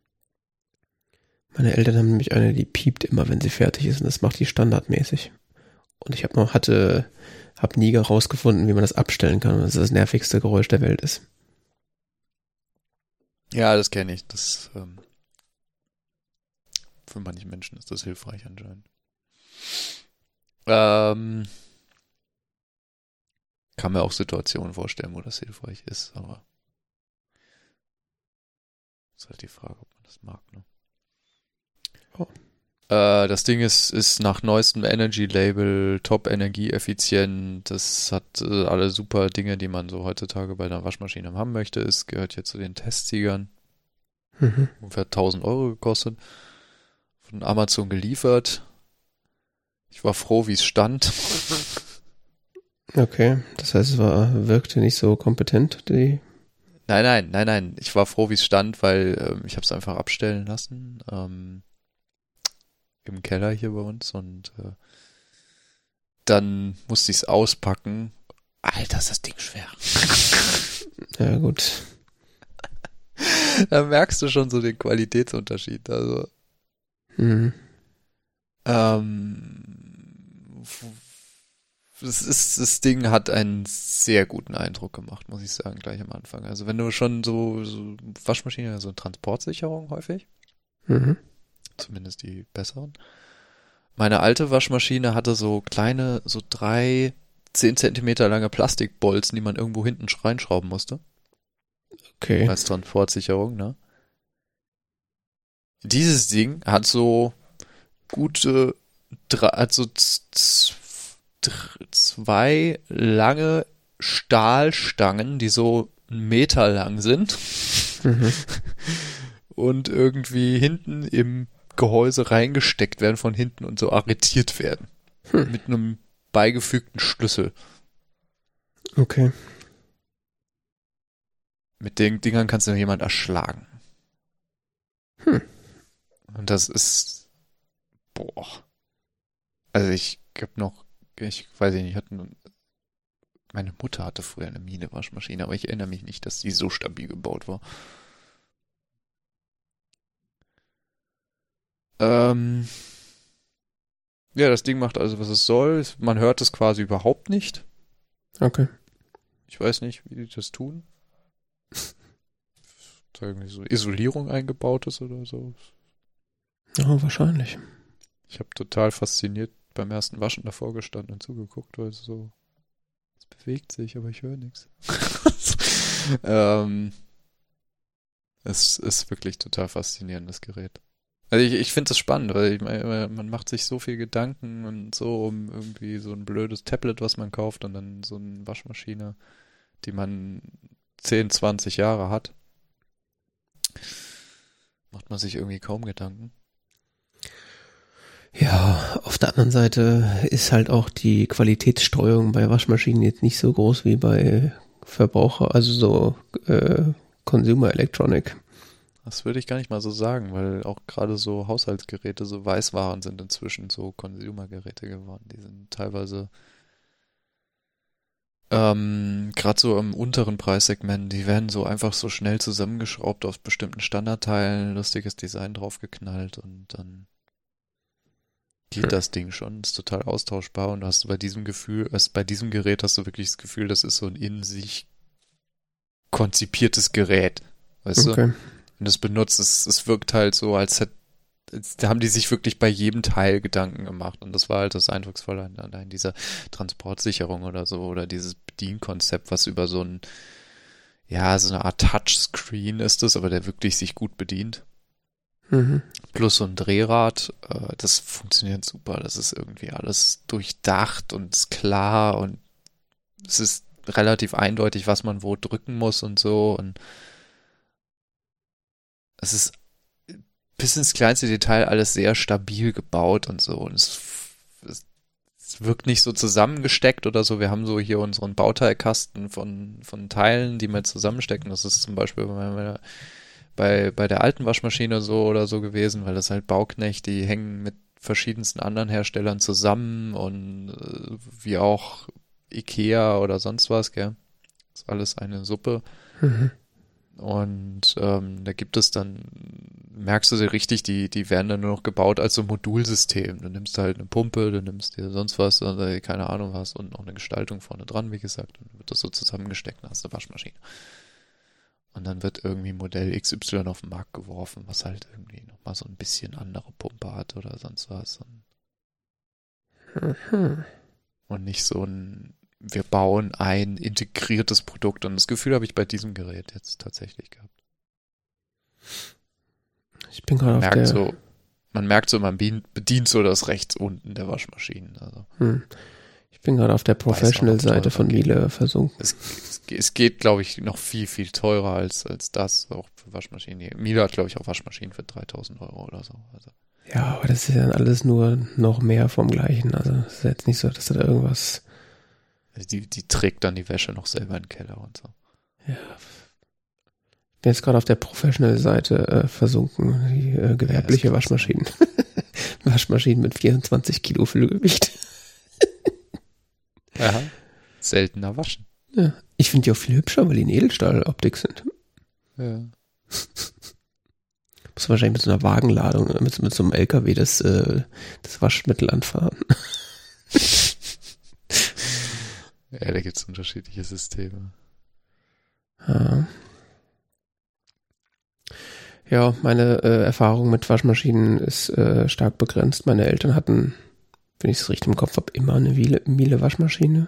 Meine Eltern haben nämlich eine, die piept immer, wenn sie fertig ist und das macht die standardmäßig. Und ich habe noch, hatte, habe nie herausgefunden, wie man das abstellen kann, weil das das nervigste Geräusch der Welt ist. Ja, das kenne ich. Das ähm, für manche Menschen ist das hilfreich anscheinend. Ähm, kann mir auch Situationen vorstellen, wo das hilfreich ist, aber ist halt die Frage, ob man das mag, ne? Oh. Äh, das Ding ist, ist nach neuestem Energy-Label top energieeffizient. Das hat äh, alle super Dinge, die man so heutzutage bei einer Waschmaschine haben möchte. Es gehört jetzt zu den Testsiegern. Mhm. Ungefähr tausend Euro gekostet. Von Amazon geliefert. Ich war froh, wie es stand. Okay, das heißt, es war, wirkte nicht so kompetent, die... Nein, nein, nein, nein. Ich war froh, wie es stand, weil ähm, ich habe es einfach abstellen lassen. Ähm, im Keller hier bei uns und äh, dann musste ich es auspacken. Alter, ist das Ding schwer. Ja, gut. Da merkst du schon so den Qualitätsunterschied. Also mhm. ähm, das, ist, das Ding hat einen sehr guten Eindruck gemacht, muss ich sagen, gleich am Anfang. Also wenn du schon so, so Waschmaschine, so Transportsicherung häufig, mhm. zumindest die besseren. Meine alte Waschmaschine hatte so kleine, so drei, zehn Zentimeter lange Plastikbolzen, die man irgendwo hinten reinschrauben musste. Okay. Als Transportsicherung, ne? Dieses Ding hat so gute, hat so zwei lange Stahlstangen, die so einen Meter lang sind. Mhm. Und irgendwie hinten im Gehäuse reingesteckt werden von hinten und so arretiert werden. Hm. Mit einem beigefügten Schlüssel. Okay. Mit den Dingern kannst du jemand erschlagen. Hm. Und das ist, boah. Also ich hab noch, ich weiß nicht, hatten, meine Mutter hatte früher eine Miele-Waschmaschine, aber ich erinnere mich nicht, dass die so stabil gebaut war. Ähm, ja, das Ding macht also, was es soll. Man hört es quasi überhaupt nicht. Okay. Ich weiß nicht, wie die das tun. Da irgendwie so Isolierung eingebaut ist oder so. Ja, wahrscheinlich. Ich habe total fasziniert beim ersten Waschen davor gestanden und zugeguckt, weil es so, es bewegt sich, aber ich höre nichts. ähm, es ist wirklich total faszinierendes Gerät. Also ich, ich finde es spannend, weil ich meine, man macht sich so viel Gedanken und so um irgendwie so ein blödes Tablet, was man kauft und dann so eine Waschmaschine, die man zehn, zwanzig Jahre hat. Macht man sich irgendwie kaum Gedanken. Ja, auf der anderen Seite ist halt auch die Qualitätsstreuung bei Waschmaschinen jetzt nicht so groß wie bei Verbraucher, also so äh, Consumer Electronic. Das würde ich gar nicht mal so sagen, weil auch gerade so Haushaltsgeräte, so Weißwaren sind inzwischen so Consumer-Geräte geworden. Die sind teilweise ähm, gerade so im unteren Preissegment, die werden so einfach so schnell zusammengeschraubt aus bestimmten Standardteilen, lustiges Design draufgeknallt und dann geht hm. das Ding schon, ist total austauschbar und hast du bei diesem Gefühl, also bei diesem Gerät hast du wirklich das Gefühl, das ist so ein in sich konzipiertes Gerät, weißt okay. du? Und das benutzt, es, es wirkt halt so, als hätte, da haben die sich wirklich bei jedem Teil Gedanken gemacht. Und das war halt das Eindrucksvolle an allein dieser Transportsicherung oder so, oder dieses Bedienkonzept, was über so ein, ja, so eine Art Touchscreen ist es, aber der wirklich sich gut bedient. Mhm. Plus so ein Drehrad, äh, das funktioniert super. Das ist irgendwie alles durchdacht und ist klar und es ist relativ eindeutig, was man wo drücken muss und so und es ist bis ins kleinste Detail alles sehr stabil gebaut und so. Und es, es, es wirkt nicht so zusammengesteckt oder so. Wir haben so hier unseren Bauteilkasten von, von Teilen, die wir zusammenstecken. Das ist zum Beispiel bei, bei, bei der alten Waschmaschine so oder so gewesen, weil das halt Bauknecht, die hängen mit verschiedensten anderen Herstellern zusammen und äh, wie auch Ikea oder sonst was, gell? Das ist alles eine Suppe. Mhm. Und ähm, da gibt es dann, merkst du sie richtig, die, die werden dann nur noch gebaut als so ein Modulsystem. Du nimmst halt eine Pumpe, du nimmst dir sonst was, oder keine Ahnung was und noch eine Gestaltung vorne dran, wie gesagt. Und dann wird das so zusammengesteckt, dann hast du eine Waschmaschine. Und dann wird irgendwie Modell X Y auf den Markt geworfen, was halt irgendwie nochmal so ein bisschen andere Pumpe hat oder sonst was. Und, mhm. und nicht so ein wir bauen ein integriertes Produkt und das Gefühl habe ich bei diesem Gerät jetzt tatsächlich gehabt. Ich bin gerade auf der... so, man merkt so, man bedient so das rechts unten der Waschmaschinen. Also. Hm. Ich bin gerade auf der Professional-Seite von Miele versunken. Es, es, es geht, glaube ich, noch viel, viel teurer als, als das, auch für Waschmaschinen. Miele hat, glaube ich, auch Waschmaschinen für dreitausend Euro oder so. Also. Ja, aber das ist ja dann alles nur noch mehr vom Gleichen. Also es ist jetzt nicht so, dass da irgendwas... Also die, die trägt dann die Wäsche noch selber in den Keller und so. Ja. Ich bin jetzt gerade auf der Professional-Seite äh, versunken. Die äh, gewerbliche ja, Waschmaschinen. Waschmaschinen mit vierundzwanzig Kilo Füllgewicht. Ja, seltener waschen. Ja, ich finde die auch viel hübscher, weil die in Edelstahloptik sind. Ja. Muss wahrscheinlich mit so einer Wagenladung, mit, mit so einem L K W das, äh, das Waschmittel anfahren. Ja, da gibt es unterschiedliche Systeme. Ja, ja meine äh, Erfahrung mit Waschmaschinen ist äh, stark begrenzt. Meine Eltern hatten, wenn ich es richtig im Kopf habe, immer eine Miele, Miele Waschmaschine.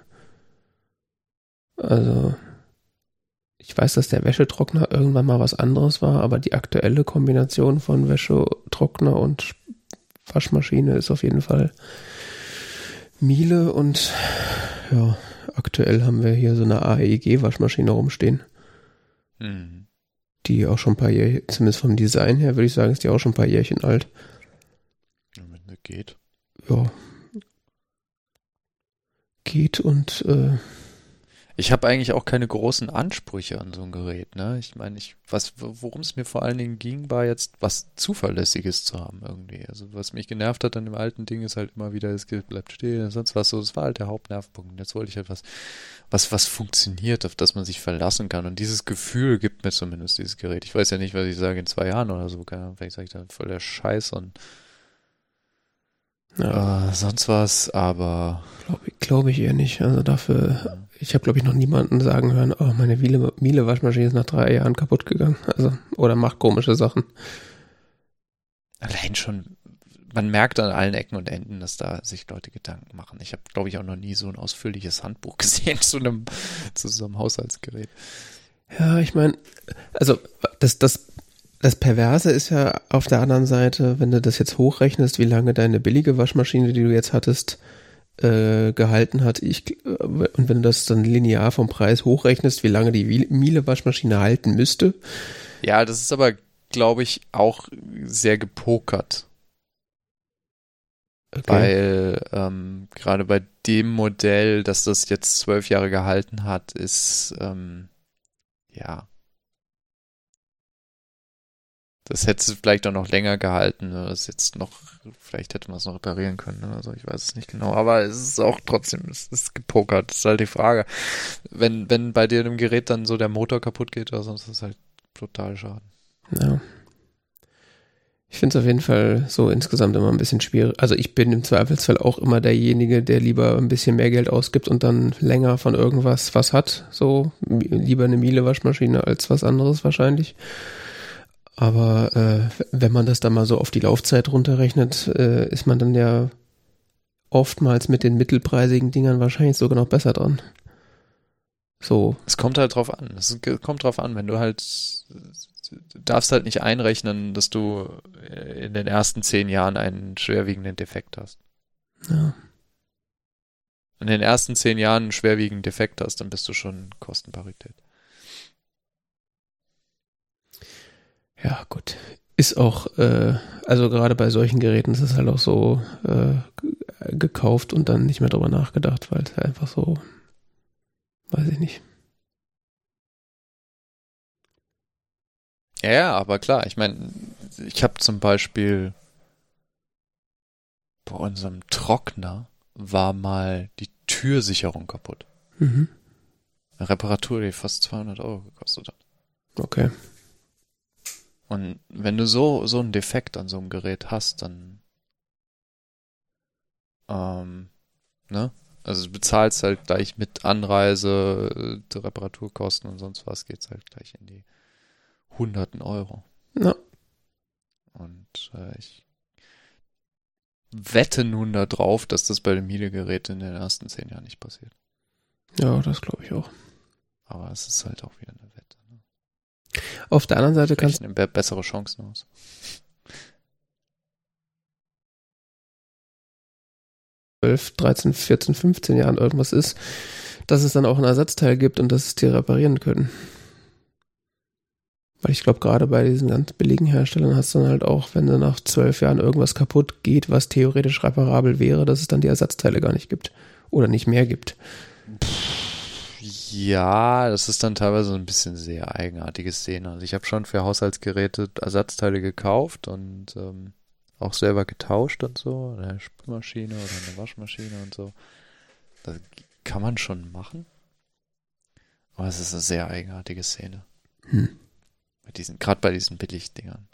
Also ich weiß, dass der Wäschetrockner irgendwann mal was anderes war, aber die aktuelle Kombination von Wäschetrockner und Waschmaschine ist auf jeden Fall Miele und ja, aktuell haben wir hier so eine A E G-Waschmaschine rumstehen. Mhm. Die auch schon ein paar Jährchen, zumindest vom Design her, würde ich sagen, ist die auch schon ein paar Jährchen alt. Ja, wenn das geht. Ja. Geht und äh, ich habe eigentlich auch keine großen Ansprüche an so ein Gerät, ne? Ich meine, ich, was, worum es mir vor allen Dingen ging, war jetzt was Zuverlässiges zu haben irgendwie. Also was mich genervt hat an dem alten Ding ist halt immer wieder, es bleibt stehen, sonst was so. Das war halt der Hauptnervpunkt. Und jetzt wollte ich halt was, was, was funktioniert, auf das man sich verlassen kann. Und dieses Gefühl gibt mir zumindest dieses Gerät. Ich weiß ja nicht, was ich sage in zwei Jahren oder so. Keine Ahnung, vielleicht sage ich dann voll der Scheiß und ja. äh, sonst was, aber glaube glaub ich eher nicht. Also dafür, ja. Ich habe glaube ich noch niemanden sagen hören, oh, meine Miele, Miele Waschmaschine ist nach drei Jahren kaputt gegangen. Also, oder macht komische Sachen. Allein schon, man merkt an allen Ecken und Enden, dass da sich Leute Gedanken machen. Ich habe, glaube ich, auch noch nie so ein ausführliches Handbuch gesehen zu einem, zu so einem Haushaltsgerät. Ja, ich meine, also das, das, das Perverse ist ja auf der anderen Seite, wenn du das jetzt hochrechnest, wie lange deine billige Waschmaschine, die du jetzt hattest, äh, gehalten hat. Ich, äh, und wenn du das dann linear vom Preis hochrechnest, wie lange die Miele Waschmaschine halten müsste. Ja, das ist aber, glaube ich, auch sehr gepokert. Okay. Weil ähm, gerade bei dem Modell, dass das jetzt zwölf Jahre gehalten hat, ist ähm, ja, das hätte es vielleicht auch noch länger gehalten, ne? Das ist jetzt noch, vielleicht hätte man es noch reparieren können, ne? Also ich weiß es nicht genau, aber es ist auch trotzdem, es ist gepokert, das ist halt die Frage. Wenn, wenn bei dir im Gerät dann so der Motor kaputt geht oder sonst, ist es halt total schade. Ja. Ich finde es auf jeden Fall so insgesamt immer ein bisschen schwierig. Also ich bin im Zweifelsfall auch immer derjenige, der lieber ein bisschen mehr Geld ausgibt und dann länger von irgendwas was hat. So lieber eine Miele Waschmaschine als was anderes wahrscheinlich. Aber äh, wenn man das dann mal so auf die Laufzeit runterrechnet, äh, ist man dann ja oftmals mit den mittelpreisigen Dingern wahrscheinlich sogar noch besser dran. So. Es kommt halt drauf an. Es kommt drauf an, wenn du halt, du darfst halt nicht einrechnen, dass du in den ersten zehn Jahren einen schwerwiegenden Defekt hast. Ja. In den ersten zehn Jahren einen schwerwiegenden Defekt hast, dann bist du schon Kostenparität. Ja, gut. Ist auch, äh, also gerade bei solchen Geräten ist es halt auch so äh, gekauft und dann nicht mehr drüber nachgedacht, weil es einfach so, weiß ich nicht. Ja, ja, aber klar, ich meine, ich habe zum Beispiel bei unserem Trockner war mal die Türsicherung kaputt. Mhm. Eine Reparatur, die fast zweihundert Euro gekostet hat. Okay. Und wenn du so, so einen Defekt an so einem Gerät hast, dann, ähm, ne? Also du bezahlst halt gleich mit Anreise, die Reparaturkosten und sonst was, geht's halt gleich in die hunderten Euro. Ja. Und äh, ich wette nun da drauf, dass das bei dem Miele-Gerät in den ersten zehn Jahren nicht passiert. Ja, das glaube ich auch. Aber es ist halt auch wieder eine Wette. Ne? Auf der anderen Seite kannst du be- bessere Chancen aus. zwölf, dreizehn, vierzehn, fünfzehn Jahren irgendwas ist, dass es dann auch ein Ersatzteil gibt und dass es die reparieren können. Weil ich glaube, gerade bei diesen ganz billigen Herstellern hast du dann halt auch, wenn dann nach zwölf Jahren irgendwas kaputt geht, was theoretisch reparabel wäre, dass es dann die Ersatzteile gar nicht gibt. Oder nicht mehr gibt. Ja, das ist dann teilweise ein bisschen sehr eigenartige Szene. Also ich habe schon für Haushaltsgeräte Ersatzteile gekauft und ähm, auch selber getauscht und so. Eine Spülmaschine oder eine Waschmaschine und so. Das kann man schon machen. Aber es ist eine sehr eigenartige Szene. Hm. Bei diesen, gerade bei diesen Billigdingern.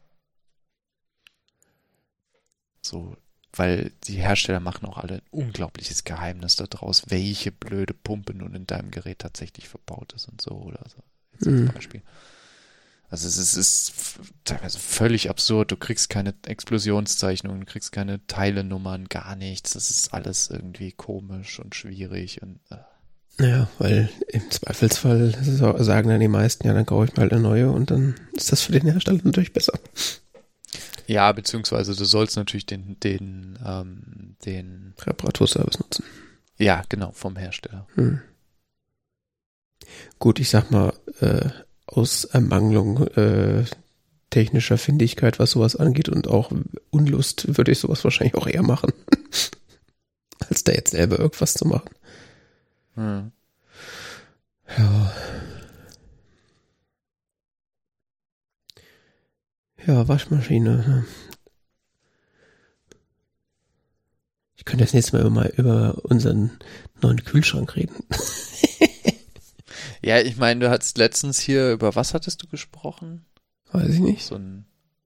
So, weil die Hersteller machen auch alle ein unglaubliches Geheimnis daraus, welche blöde Pumpe nun in deinem Gerät tatsächlich verbaut ist und so oder so. Jetzt als Mhm. Beispiel. Also es ist, es ist teilweise völlig absurd. Du kriegst keine Explosionszeichnungen, du kriegst keine Teilenummern, gar nichts. Das ist alles irgendwie komisch und schwierig und äh. Ja, weil im Zweifelsfall sagen dann die meisten, ja, dann kaufe ich mal halt eine neue und dann ist das für den Hersteller natürlich besser. Ja, beziehungsweise du sollst natürlich den, den, ähm, den Reparaturservice nutzen. Ja, genau, vom Hersteller. Hm. Gut, ich sag mal, äh, aus Ermangelung äh, technischer Findigkeit, was sowas angeht und auch Unlust, würde ich sowas wahrscheinlich auch eher machen, als da jetzt selber irgendwas zu machen. Hm. Ja. Ja, Waschmaschine. Ich könnte das nächste Mal über, mal über unseren neuen Kühlschrank reden. Ja, ich meine, du hattest letztens hier, über was hattest du gesprochen? Weiß ich nicht. So ein,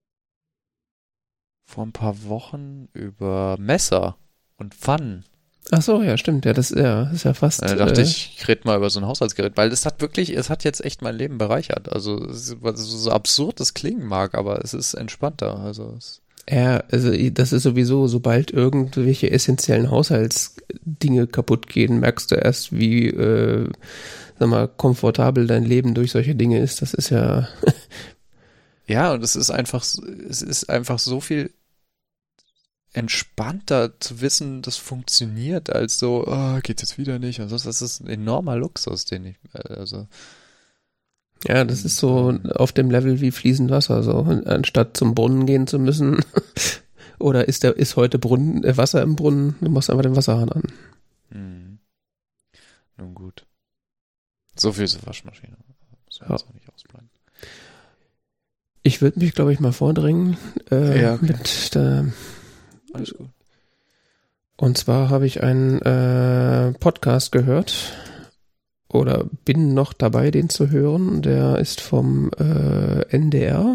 vor ein paar Wochen über Messer und Pfannen. Ach so, ja, stimmt. Ja, das, ja, das ist ja fast. Da dachte äh, ich, ich rede mal über so ein Haushaltsgerät, weil es hat wirklich, es hat jetzt echt mein Leben bereichert. Also, es ist, so absurd das klingen mag, aber es ist entspannter. Also, es Ja, also das ist sowieso, sobald irgendwelche essentiellen Haushaltsdinge kaputt gehen, merkst du erst, wie, äh, sag mal, komfortabel dein Leben durch solche Dinge ist. Das ist ja. Ja, und es ist einfach, es ist einfach so viel entspannter zu wissen, das funktioniert, als so, oh, geht jetzt wieder nicht. Und sonst, das ist ein enormer Luxus, den ich, also. Ja, das ist so auf dem Level wie fließend Wasser, so anstatt zum Brunnen gehen zu müssen. Oder ist der ist heute Brunnen äh, Wasser im Brunnen? Du machst einfach den Wasserhahn an. Hm. Nun gut. So viel zur Waschmaschine. Muss man Ja. jetzt auch nicht ausbleiben. Ich würde mich, glaube ich, mal vordringen äh, Ja, okay. mit der. Alles gut. Und zwar habe ich einen äh, Podcast gehört. Oder bin noch dabei, den zu hören. Der ist vom äh, N D R.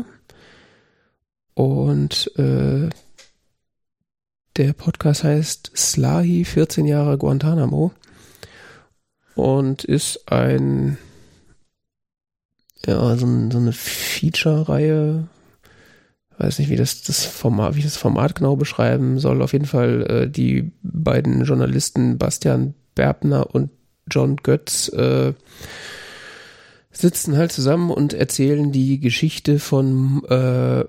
Und äh, der Podcast heißt Slahi, vierzehn Jahre Guantanamo. Und ist ein, ja, so, ein, so eine Feature-Reihe. Weiß nicht, wie das, das Format, wie ich das Format genau beschreiben soll. Auf jeden Fall äh, die beiden Journalisten Bastian Berbner und John Götz äh, sitzen halt zusammen und erzählen die Geschichte von äh,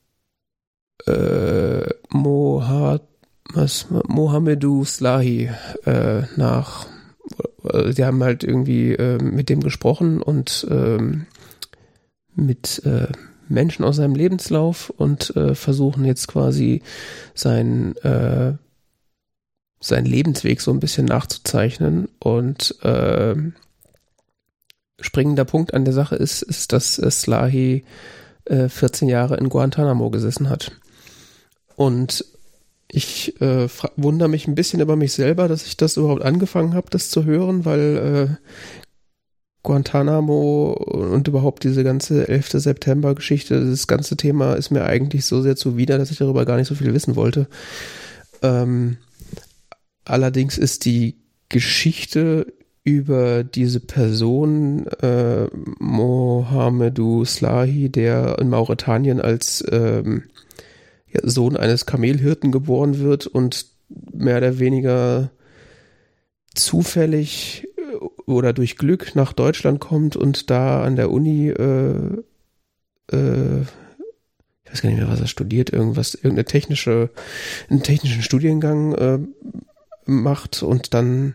äh, Mohad, was, Mohamedou Slahi äh, nach. Sie haben halt irgendwie äh, mit dem gesprochen und ähm, mit äh, Menschen aus seinem Lebenslauf und äh, versuchen jetzt quasi sein äh, seinen Lebensweg so ein bisschen nachzuzeichnen. Und äh, springender Punkt an der Sache ist, ist, dass äh, Slahi äh, vierzehn Jahre in Guantanamo gesessen hat. Und ich äh, fra- wundere mich ein bisschen über mich selber, dass ich das überhaupt angefangen habe, das zu hören, weil äh, Guantanamo und überhaupt diese ganze elften September-Geschichte, das ganze Thema ist mir eigentlich so sehr zuwider, dass ich darüber gar nicht so viel wissen wollte. Ähm, Allerdings ist die Geschichte über diese Person äh, Mohamedou Slahi, der in Mauretanien als ähm, ja, Sohn eines Kamelhirten geboren wird und mehr oder weniger zufällig oder durch Glück nach Deutschland kommt und da an der Uni äh, äh, ich weiß gar nicht mehr, was er studiert, irgendwas, irgendeine technische, einen technischen Studiengang äh, macht und dann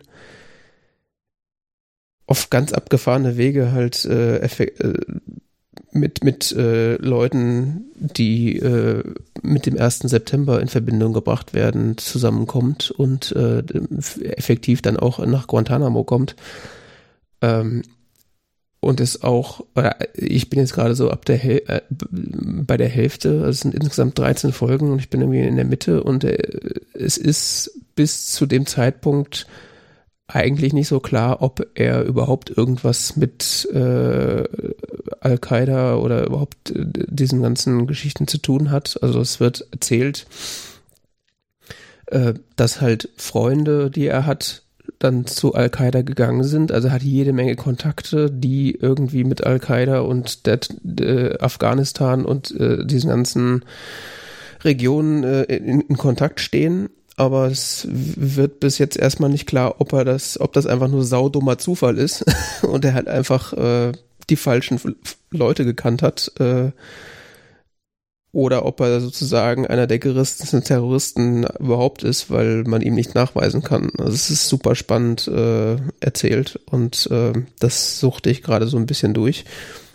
auf ganz abgefahrene Wege halt äh, effekt, äh, mit, mit äh, Leuten, die äh, mit dem ersten September in Verbindung gebracht werden, zusammenkommt und äh, effektiv dann auch nach Guantanamo kommt. Ähm, und es auch, oder ich bin jetzt gerade so ab der Hel- äh, bei der Hälfte, also es sind insgesamt dreizehn Folgen und ich bin irgendwie in der Mitte und äh, es ist bis zu dem Zeitpunkt eigentlich nicht so klar, ob er überhaupt irgendwas mit äh, Al-Qaida oder überhaupt äh, diesen ganzen Geschichten zu tun hat. Also es wird erzählt, äh, dass halt Freunde, die er hat, dann zu Al-Qaida gegangen sind. Also er hat jede Menge Kontakte, die irgendwie mit Al-Qaida und der, der Afghanistan und äh, diesen ganzen Regionen äh, in, in Kontakt stehen. Aber es wird bis jetzt erstmal nicht klar, ob er das, ob das einfach nur saudummer Zufall ist und er halt einfach äh, die falschen Leute gekannt hat äh, oder ob er sozusagen einer der gerissensten Terroristen überhaupt ist, weil man ihm nicht nachweisen kann. Also es ist super spannend äh, erzählt und äh, das suchte ich gerade so ein bisschen durch.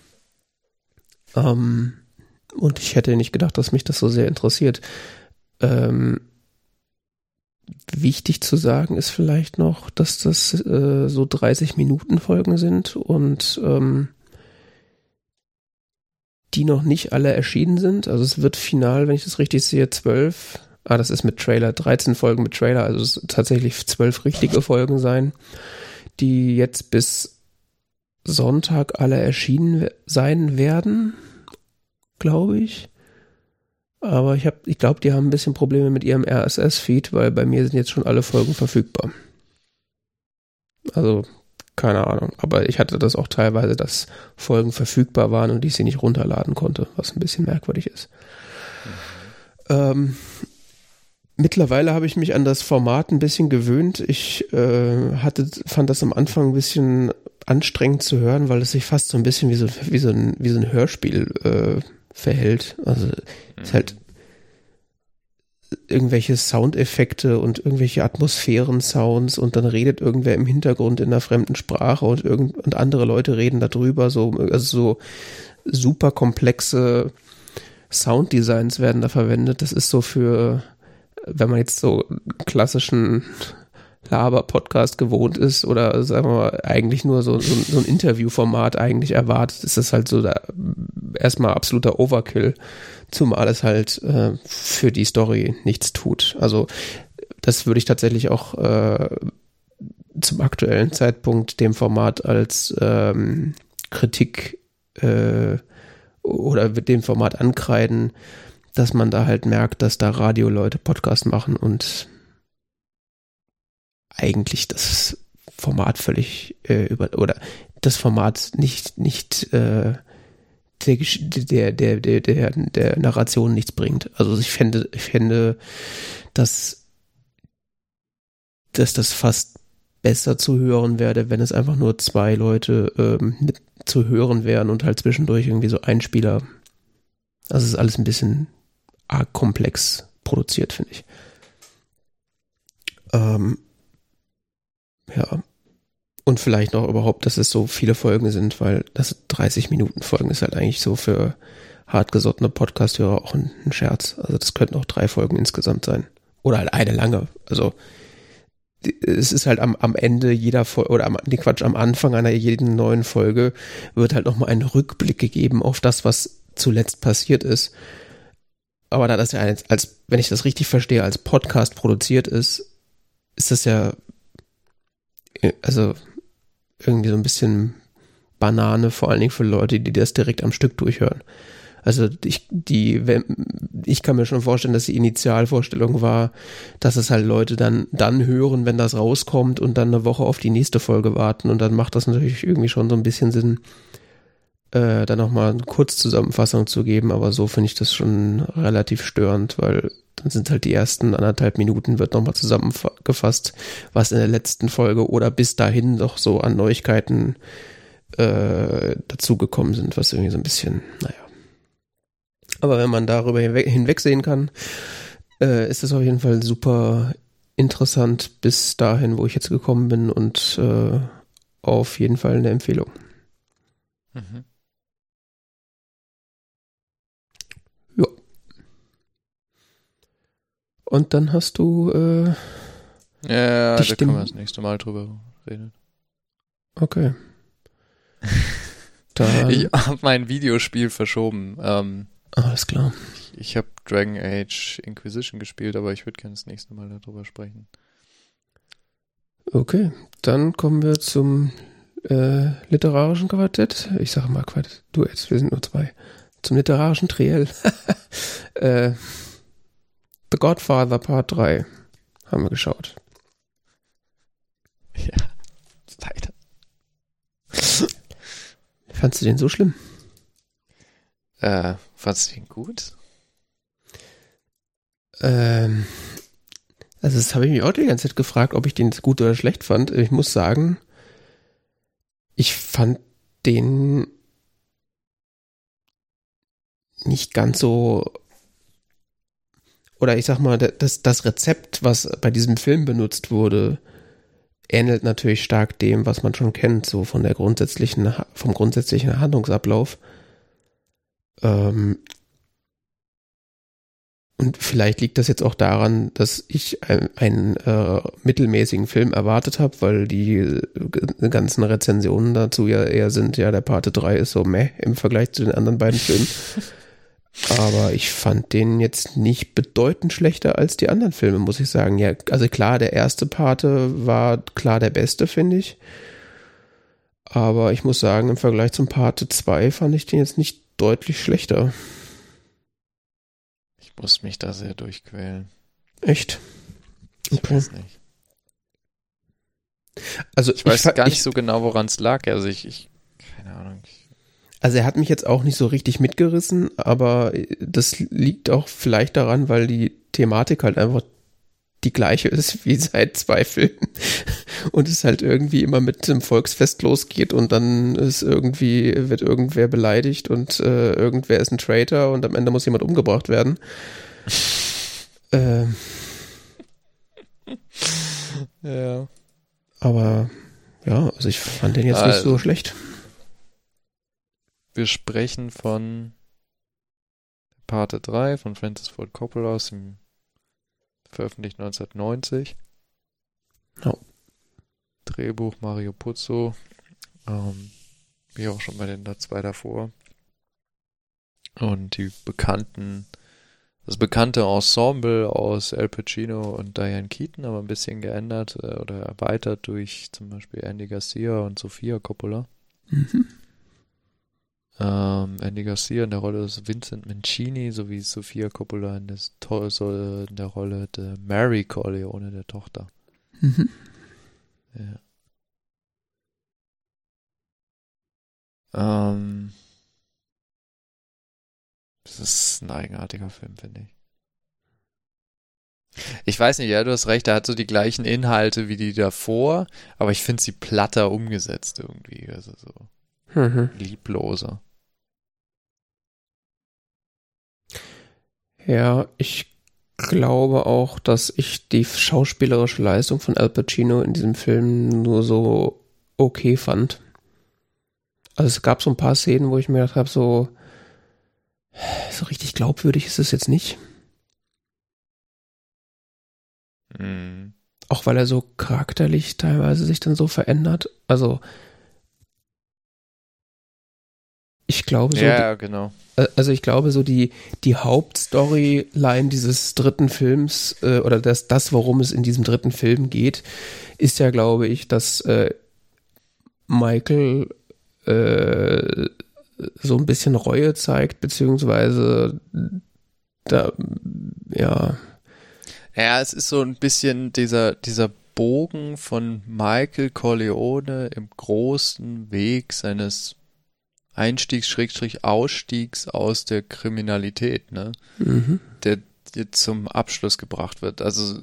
Ähm, und ich hätte nicht gedacht, dass mich das so sehr interessiert. Ähm, Wichtig zu sagen ist vielleicht noch, dass das äh, so dreißig Minuten Folgen sind und ähm, die noch nicht alle erschienen sind. Also es wird final, wenn ich das richtig sehe, zwölf, ah, das ist mit Trailer, dreizehn Folgen mit Trailer, also es tatsächlich zwölf richtige Folgen sein, die jetzt bis Sonntag alle erschienen sein werden, glaube ich. Aber ich habe, ich glaube, die haben ein bisschen Probleme mit ihrem R S S-Feed, weil bei mir sind jetzt schon alle Folgen verfügbar. Also, keine Ahnung. Aber ich hatte das auch teilweise, dass Folgen verfügbar waren und ich sie nicht runterladen konnte, was ein bisschen merkwürdig ist. Mhm. Ähm, mittlerweile habe ich mich an das Format ein bisschen gewöhnt. Ich äh, hatte, fand das am Anfang ein bisschen anstrengend zu hören, weil es sich fast so ein bisschen wie so, wie so, ein, wie so ein Hörspiel äh, verhält. Also es ist halt irgendwelche Soundeffekte und irgendwelche Atmosphären-Sounds und dann redet irgendwer im Hintergrund in einer fremden Sprache und irgend und andere Leute reden darüber, so, also so super komplexe Sounddesigns werden da verwendet. Das ist so für, wenn man jetzt so klassischen Laber-Podcast gewohnt ist oder sagen wir mal eigentlich nur so, so, so ein Interviewformat eigentlich erwartet, ist das halt so da erstmal absoluter Overkill, zumal es halt äh, für die Story nichts tut. Also das würde ich tatsächlich auch äh, zum aktuellen Zeitpunkt dem Format als ähm, Kritik äh, oder dem Format ankreiden, dass man da halt merkt, dass da Radioleute Podcast machen und eigentlich das Format völlig äh, über oder das Format nicht nicht äh, der, der, der, der, der Narration nichts bringt. Also ich fände, ich fände, dass, dass das fast besser zu hören werde, wenn es einfach nur zwei Leute ähm, mit zu hören wären und halt zwischendurch irgendwie so Einspieler. Also es ist alles ein bisschen arg komplex produziert, finde ich. Ähm, ja. Und vielleicht noch überhaupt, dass es so viele Folgen sind, weil das dreißig Minuten Folgen ist halt eigentlich so für hartgesottene Podcast-Hörer auch ein, ein Scherz. Also das könnten auch drei Folgen insgesamt sein. Oder halt eine lange. Also es ist halt am, am Ende jeder Folge, oder am, nee, Quatsch, am Anfang einer jeden neuen Folge wird halt nochmal ein Rückblick gegeben auf das, was zuletzt passiert ist. Aber da das ja als, als, wenn ich das richtig verstehe, als Podcast produziert ist, ist das ja also irgendwie so ein bisschen Banane, vor allen Dingen für Leute, die das direkt am Stück durchhören. Also ich, die, ich kann mir schon vorstellen, dass die Initialvorstellung war, dass es halt Leute dann, dann hören, wenn das rauskommt und dann eine Woche auf die nächste Folge warten und dann macht das natürlich irgendwie schon so ein bisschen Sinn, äh, da nochmal eine Kurzzusammenfassung zu geben, aber so finde ich das schon relativ störend, weil dann sind halt die ersten anderthalb Minuten wird nochmal zusammengefasst, was in der letzten Folge oder bis dahin noch so an Neuigkeiten äh, dazugekommen sind, was irgendwie so ein bisschen, naja. Aber wenn man darüber hinweg, hinwegsehen kann, äh, ist das auf jeden Fall super interessant bis dahin, wo ich jetzt gekommen bin und äh, auf jeden Fall eine Empfehlung. Mhm. Ja. Und dann hast du äh, ja, da können wir das nächste Mal drüber reden. Okay. Dann ich habe mein Videospiel verschoben. Ähm, Alles klar. Ich, ich habe Dragon Age Inquisition gespielt, aber ich würde gerne das nächste Mal darüber sprechen. Okay, dann kommen wir zum äh, literarischen Quartett. Ich sage mal Quartett, du jetzt, wir sind nur zwei. Zum literarischen Triell. äh, The Godfather Part drei haben wir geschaut. Ja, leider. Fandst du den so schlimm? Äh, fandst du den gut? Ähm, also das habe ich mich auch die ganze Zeit gefragt, ob ich den gut oder schlecht fand. Ich muss sagen, ich fand den nicht ganz so, oder ich sag mal, das, das Rezept, was bei diesem Film benutzt wurde, ähnelt natürlich stark dem, was man schon kennt, so von der grundsätzlichen, vom grundsätzlichen Handlungsablauf. Ähm, und vielleicht liegt das jetzt auch daran, dass ich ein, einen äh, mittelmäßigen Film erwartet habe, weil die äh, ganzen Rezensionen dazu ja eher sind, ja, der Parte drei ist so meh im Vergleich zu den anderen beiden Filmen. Aber ich fand den jetzt nicht bedeutend schlechter als die anderen Filme, muss ich sagen. Ja, also klar, der erste Pate war klar der beste, finde ich. Aber ich muss sagen, im Vergleich zum Pate zwei fand ich den jetzt nicht deutlich schlechter. Ich muss mich da sehr durchquälen. Echt? Okay. Ich weiß nicht. Also ich weiß ich, gar nicht ich, so genau, woran es lag. Also ich, ich keine Ahnung. Ich, Also er hat mich jetzt auch nicht so richtig mitgerissen, aber das liegt auch vielleicht daran, weil die Thematik halt einfach die gleiche ist wie seit zwei Filmen und es halt irgendwie immer mit dem Volksfest losgeht und dann ist irgendwie, wird irgendwer beleidigt und äh, irgendwer ist ein Traitor und am Ende muss jemand umgebracht werden. ähm. Ja. Aber ja, also ich fand den jetzt also, nicht so schlecht. Wir sprechen von Parte drei von Francis Ford Coppola aus dem veröffentlicht neunzehnhundertneunzig. Oh. Drehbuch Mario Puzo. Ähm, wie auch schon bei den zwei davor. Und die bekannten, das bekannte Ensemble aus Al Pacino und Diane Keaton, aber ein bisschen geändert äh, oder erweitert durch zum Beispiel Andy Garcia und Sofia Coppola. Mhm. Ähm, Andy Garcia in der Rolle des Vincent Mancini sowie Sofia Coppola in, des, in der Rolle der Mary Corleone, der Tochter. Mhm. Ja. Ähm, das ist ein eigenartiger Film, finde ich. Ich weiß nicht, ja, du hast recht, er hat so die gleichen Inhalte wie die davor, aber ich finde sie platter umgesetzt irgendwie, also so mhm. liebloser. Ja, ich glaube auch, dass ich die schauspielerische Leistung von Al Pacino in diesem Film nur so okay fand. Also es gab so ein paar Szenen, wo ich mir gedacht habe, so, so richtig glaubwürdig ist es jetzt nicht. Mhm. Auch weil er so charakterlich teilweise sich dann so verändert. Also ich glaube so. Ja, genau. Also ich glaube so die, die Hauptstoryline dieses dritten Films äh, oder das, das, worum es in diesem dritten Film geht, ist ja, glaube ich, dass äh, Michael äh, so ein bisschen Reue zeigt, beziehungsweise da, ja. Ja, es ist so ein bisschen dieser, dieser Bogen von Michael Corleone im großen Weg seines Einstiegs-Ausstiegs aus der Kriminalität, ne? Mhm. Der jetzt zum Abschluss gebracht wird. Also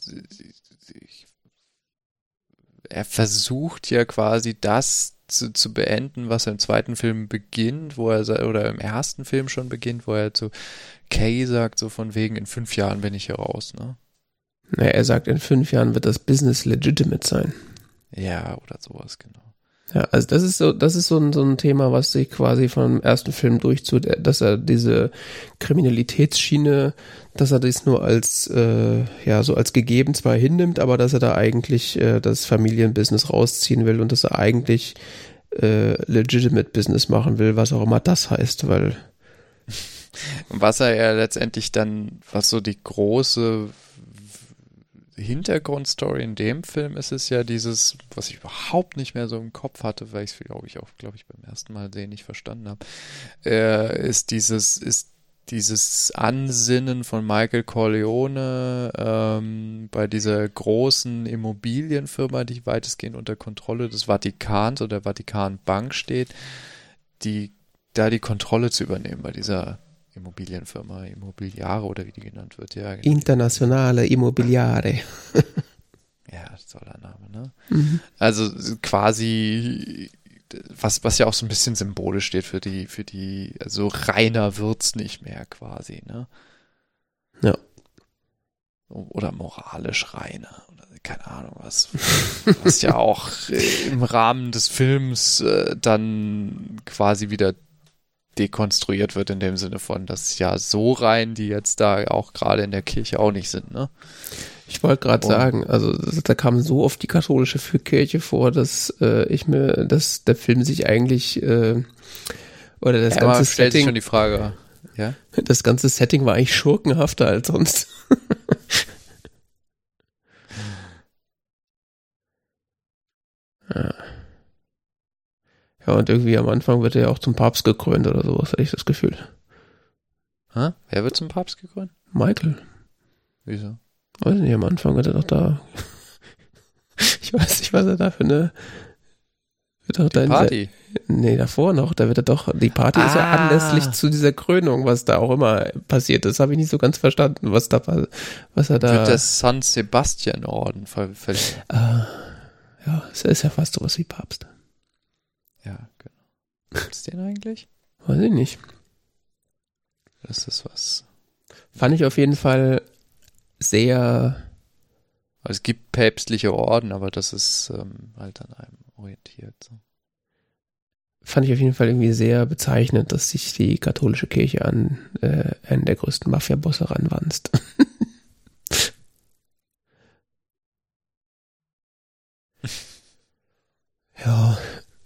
er versucht ja quasi das zu, zu beenden, was er im zweiten Film beginnt, wo er, oder im ersten Film schon beginnt, wo er zu Kay sagt, so von wegen, in fünf Jahren bin ich hier raus, ne? Naja, er sagt, in fünf Jahren wird das Business legitimate sein. Ja, oder sowas, genau. Ja, also das ist so, das ist so ein, so ein Thema, was sich quasi vom ersten Film durchzieht, dass er diese Kriminalitätsschiene, dass er das nur als, äh, ja, so als gegeben zwar hinnimmt, aber dass er da eigentlich äh, das Familienbusiness rausziehen will und dass er eigentlich äh, legitimate Business machen will, was auch immer das heißt, weil was er ja letztendlich dann, was so die große Hintergrundstory in dem Film ist, es ja dieses, was ich überhaupt nicht mehr so im Kopf hatte, weil ich es, glaube ich, auch, glaube ich, beim ersten Mal sehen nicht verstanden habe, äh, ist dieses, ist dieses Ansinnen von Michael Corleone ähm, bei dieser großen Immobilienfirma, die weitestgehend unter Kontrolle des Vatikans oder der Vatikanbank steht, die da die Kontrolle zu übernehmen bei dieser Immobilienfirma, Immobiliare oder wie die genannt wird. Ja, genau. Internationale Immobiliare. Ja, toller Name, ne? Mhm. Also quasi, was, was ja auch so ein bisschen symbolisch steht für die, für die, also reiner wird's nicht mehr quasi, ne? Ja. Oder moralisch reiner, oder keine Ahnung was. Was ja auch im Rahmen des Films äh, dann quasi wieder dekonstruiert wird in dem Sinne von, dass ja so rein, die jetzt da auch gerade in der Kirche auch nicht sind, ne? Ich wollte gerade sagen, also da kam so oft die katholische Kirche vor, dass äh, ich mir, dass der Film sich eigentlich äh, oder das ja, ganze stellt Setting, sich schon die Frage, ja? Das ganze Setting war eigentlich schurkenhafter als sonst. Ja. Ja, und irgendwie am Anfang wird er ja auch zum Papst gekrönt oder sowas, hatte ich das Gefühl. Hä? Wer wird zum Papst gekrönt? Michael. Wieso? Weiß nicht, am Anfang wird er doch da. Ich weiß nicht, was er da für eine. Wird doch die da Party? Dieser, nee, davor noch. Da wird er doch. Die Party ah. ist ja anlässlich zu dieser Krönung, was da auch immer passiert ist. Habe ich nicht so ganz verstanden, was da was er da. Wird der San Sebastian Orden verliehen? Ah, ja, es ist ja fast sowas wie Papst. Ja, genau. Gibt's den eigentlich? Weiß ich nicht. Das ist was. Fand ich auf jeden Fall sehr. Also es gibt päpstliche Orden, aber das ist ähm, halt an einem orientiert. So. Fand ich auf jeden Fall irgendwie sehr bezeichnend, dass sich die katholische Kirche an äh, einen der größten Mafia-Bosse ranwanzt. Ja.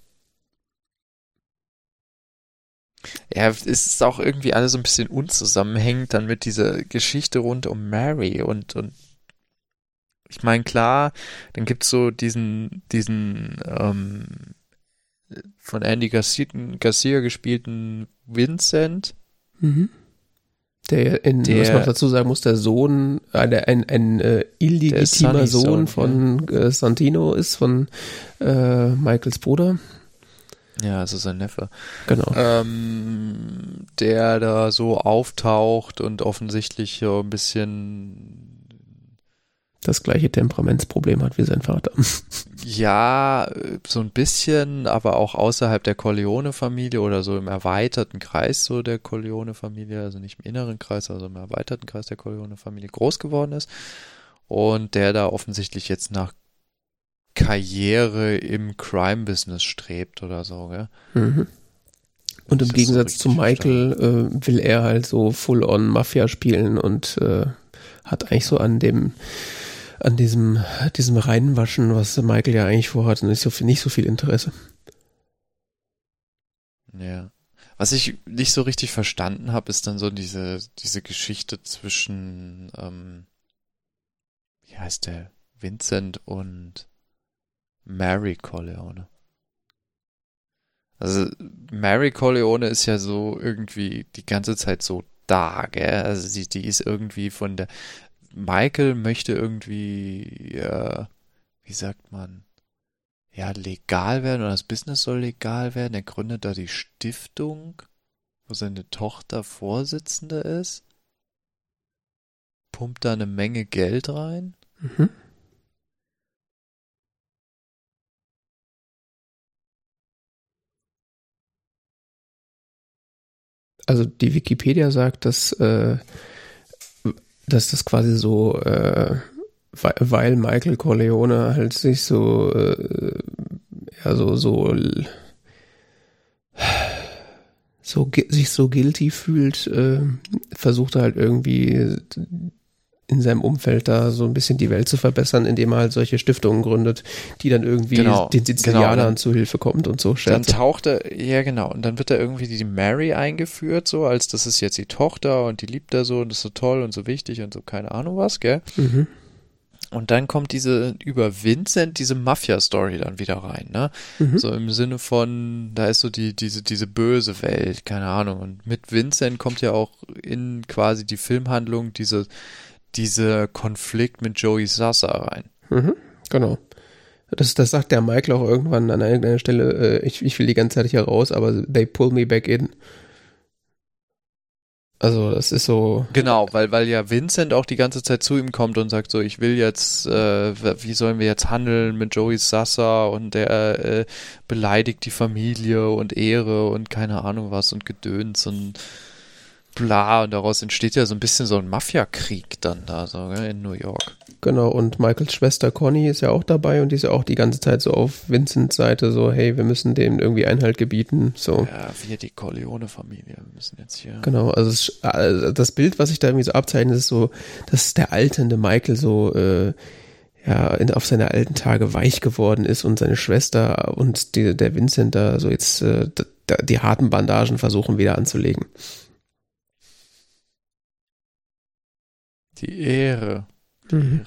Ja, es ist auch irgendwie alles so ein bisschen unzusammenhängend dann mit dieser Geschichte rund um Mary und, und ich meine, klar, dann gibt's so diesen, diesen ähm, von Andy Garcia, Garcia gespielten Vincent. Mhm. Der, in, der, was man dazu sagen muss, der Sohn, ein, ein, ein äh, illegitimer Sohn, Sohn von ja. äh, Santino ist, von äh, Michaels Bruder. Ja, also sein Neffe. Genau. Ähm, der da so auftaucht und offensichtlich so ein bisschen das gleiche Temperamentsproblem hat wie sein Vater. Ja, so ein bisschen, aber auch außerhalb der Corleone-Familie oder so im erweiterten Kreis so der Corleone-Familie, also nicht im inneren Kreis, also im erweiterten Kreis der Corleone-Familie groß geworden ist und der da offensichtlich jetzt nach Karriere im Crime-Business strebt oder so, gell? Mhm. Und im Gegensatz so zu Michael äh, will er halt so full-on Mafia spielen und äh, hat eigentlich so an dem an diesem diesem Reinwaschen, was Michael ja eigentlich vorhat, nicht so viel, nicht so viel Interesse. Ja. Was ich nicht so richtig verstanden habe, ist dann so diese diese Geschichte zwischen ähm, wie heißt der? Vincent und Mary Corleone. Also Mary Corleone ist ja so irgendwie die ganze Zeit so da, gell? Also die, die ist irgendwie von der Michael möchte irgendwie, äh, wie sagt man, ja, legal werden oder das Business soll legal werden. Er gründet da die Stiftung, wo seine Tochter Vorsitzende ist, pumpt da eine Menge Geld rein. Mhm. Also die Wikipedia sagt, dass, äh, dass das quasi so äh, weil, weil Michael Corleone halt sich so, äh, ja, so, so, so, sich so guilty fühlt, äh, versucht er halt irgendwie in seinem Umfeld da so ein bisschen die Welt zu verbessern, indem er halt solche Stiftungen gründet, die dann irgendwie genau, den Sizilianern genau. zu Hilfe kommt und so. Scherze. Dann taucht er, ja genau, und dann wird da irgendwie die Mary eingeführt, so als das ist jetzt die Tochter und die liebt er so und das ist so toll und so wichtig und so keine Ahnung was, gell? Mhm. Und dann kommt diese, über Vincent, diese Mafia-Story dann wieder rein, ne? Mhm. So im Sinne von, da ist so die, diese, diese böse Welt, keine Ahnung. Und mit Vincent kommt ja auch in quasi die Filmhandlung diese, diese Konflikt mit Joey Sasa rein. Mhm, genau. Das, das sagt der Michael auch irgendwann an irgendeiner Stelle, äh, ich, ich will die ganze Zeit hier raus, aber they pull me back in. Also das ist so... Genau, weil, weil ja Vincent auch die ganze Zeit zu ihm kommt und sagt so, ich will jetzt, äh, wie sollen wir jetzt handeln mit Joey Sasa und der äh, beleidigt die Familie und Ehre und keine Ahnung was und Gedöns und bla, und daraus entsteht ja so ein bisschen so ein Mafia-Krieg dann da so in New York. Genau, und Michaels Schwester Connie ist ja auch dabei und die ist ja auch die ganze Zeit so auf Vincents Seite so, hey, wir müssen dem irgendwie Einhalt gebieten, so. Ja, wir die Corleone-Familie müssen jetzt hier... Genau, also, es, also das Bild, was sich da irgendwie so abzeichnet, ist so, dass der alternde Michael so, äh, ja, in, auf seine alten Tage weich geworden ist und seine Schwester und die, der Vincent da so jetzt äh, die, die harten Bandagen versuchen wieder anzulegen. Die Ehre. Die mhm.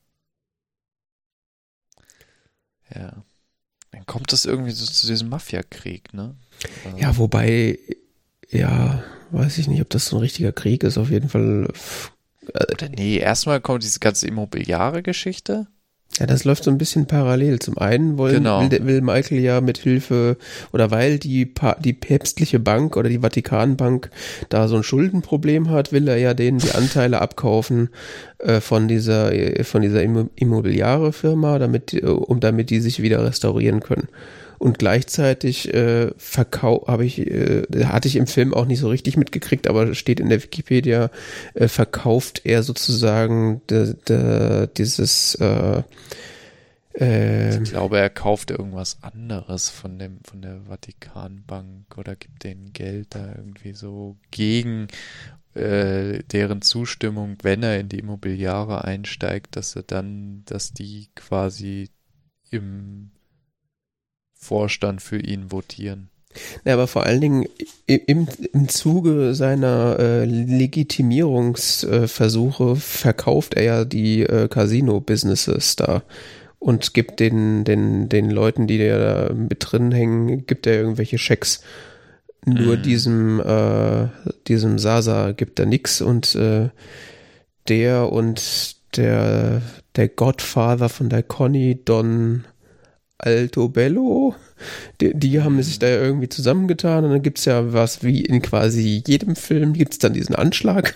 Ehre. Ja. Dann kommt das irgendwie so zu diesem Mafia-Krieg, ne? Also ja, wobei, ja, weiß ich nicht, ob das so ein richtiger Krieg ist, auf jeden Fall. Äh, Oder nee, erstmal kommt diese ganze Immobiliare-Geschichte. Ja, das läuft so ein bisschen parallel. Zum einen wollen, genau. will, will Michael ja mit Hilfe, oder weil die, pa- die päpstliche Bank oder die Vatikanbank da so ein Schuldenproblem hat, will er ja denen die Anteile abkaufen äh, von dieser, von dieser Immobiliare-Firma, damit, um damit die sich wieder restaurieren können. Und gleichzeitig äh, verkau habe ich, äh, hatte ich im Film auch nicht so richtig mitgekriegt, aber steht in der Wikipedia, äh, verkauft er sozusagen de, de, dieses äh, äh, ich glaube, er kauft irgendwas anderes von dem, von der Vatikanbank oder gibt denen Geld da irgendwie so gegen äh, deren Zustimmung, wenn er in die Immobiliare einsteigt, dass er dann, dass die quasi im Vorstand für ihn votieren. Ja, aber vor allen Dingen im, im Zuge seiner äh, Legitimierungsversuche äh, verkauft er ja die äh, Casino-Businesses da und gibt den, den, den Leuten, die da mit drin hängen, gibt er irgendwelche Schecks. Nur Mhm. diesem, äh, diesem Sasa gibt er nix und äh, der und der, der Godfather von der Connie, Don Altobello, die, die haben sich da ja irgendwie zusammengetan und dann gibt's ja was wie in quasi jedem Film gibt's dann diesen Anschlag,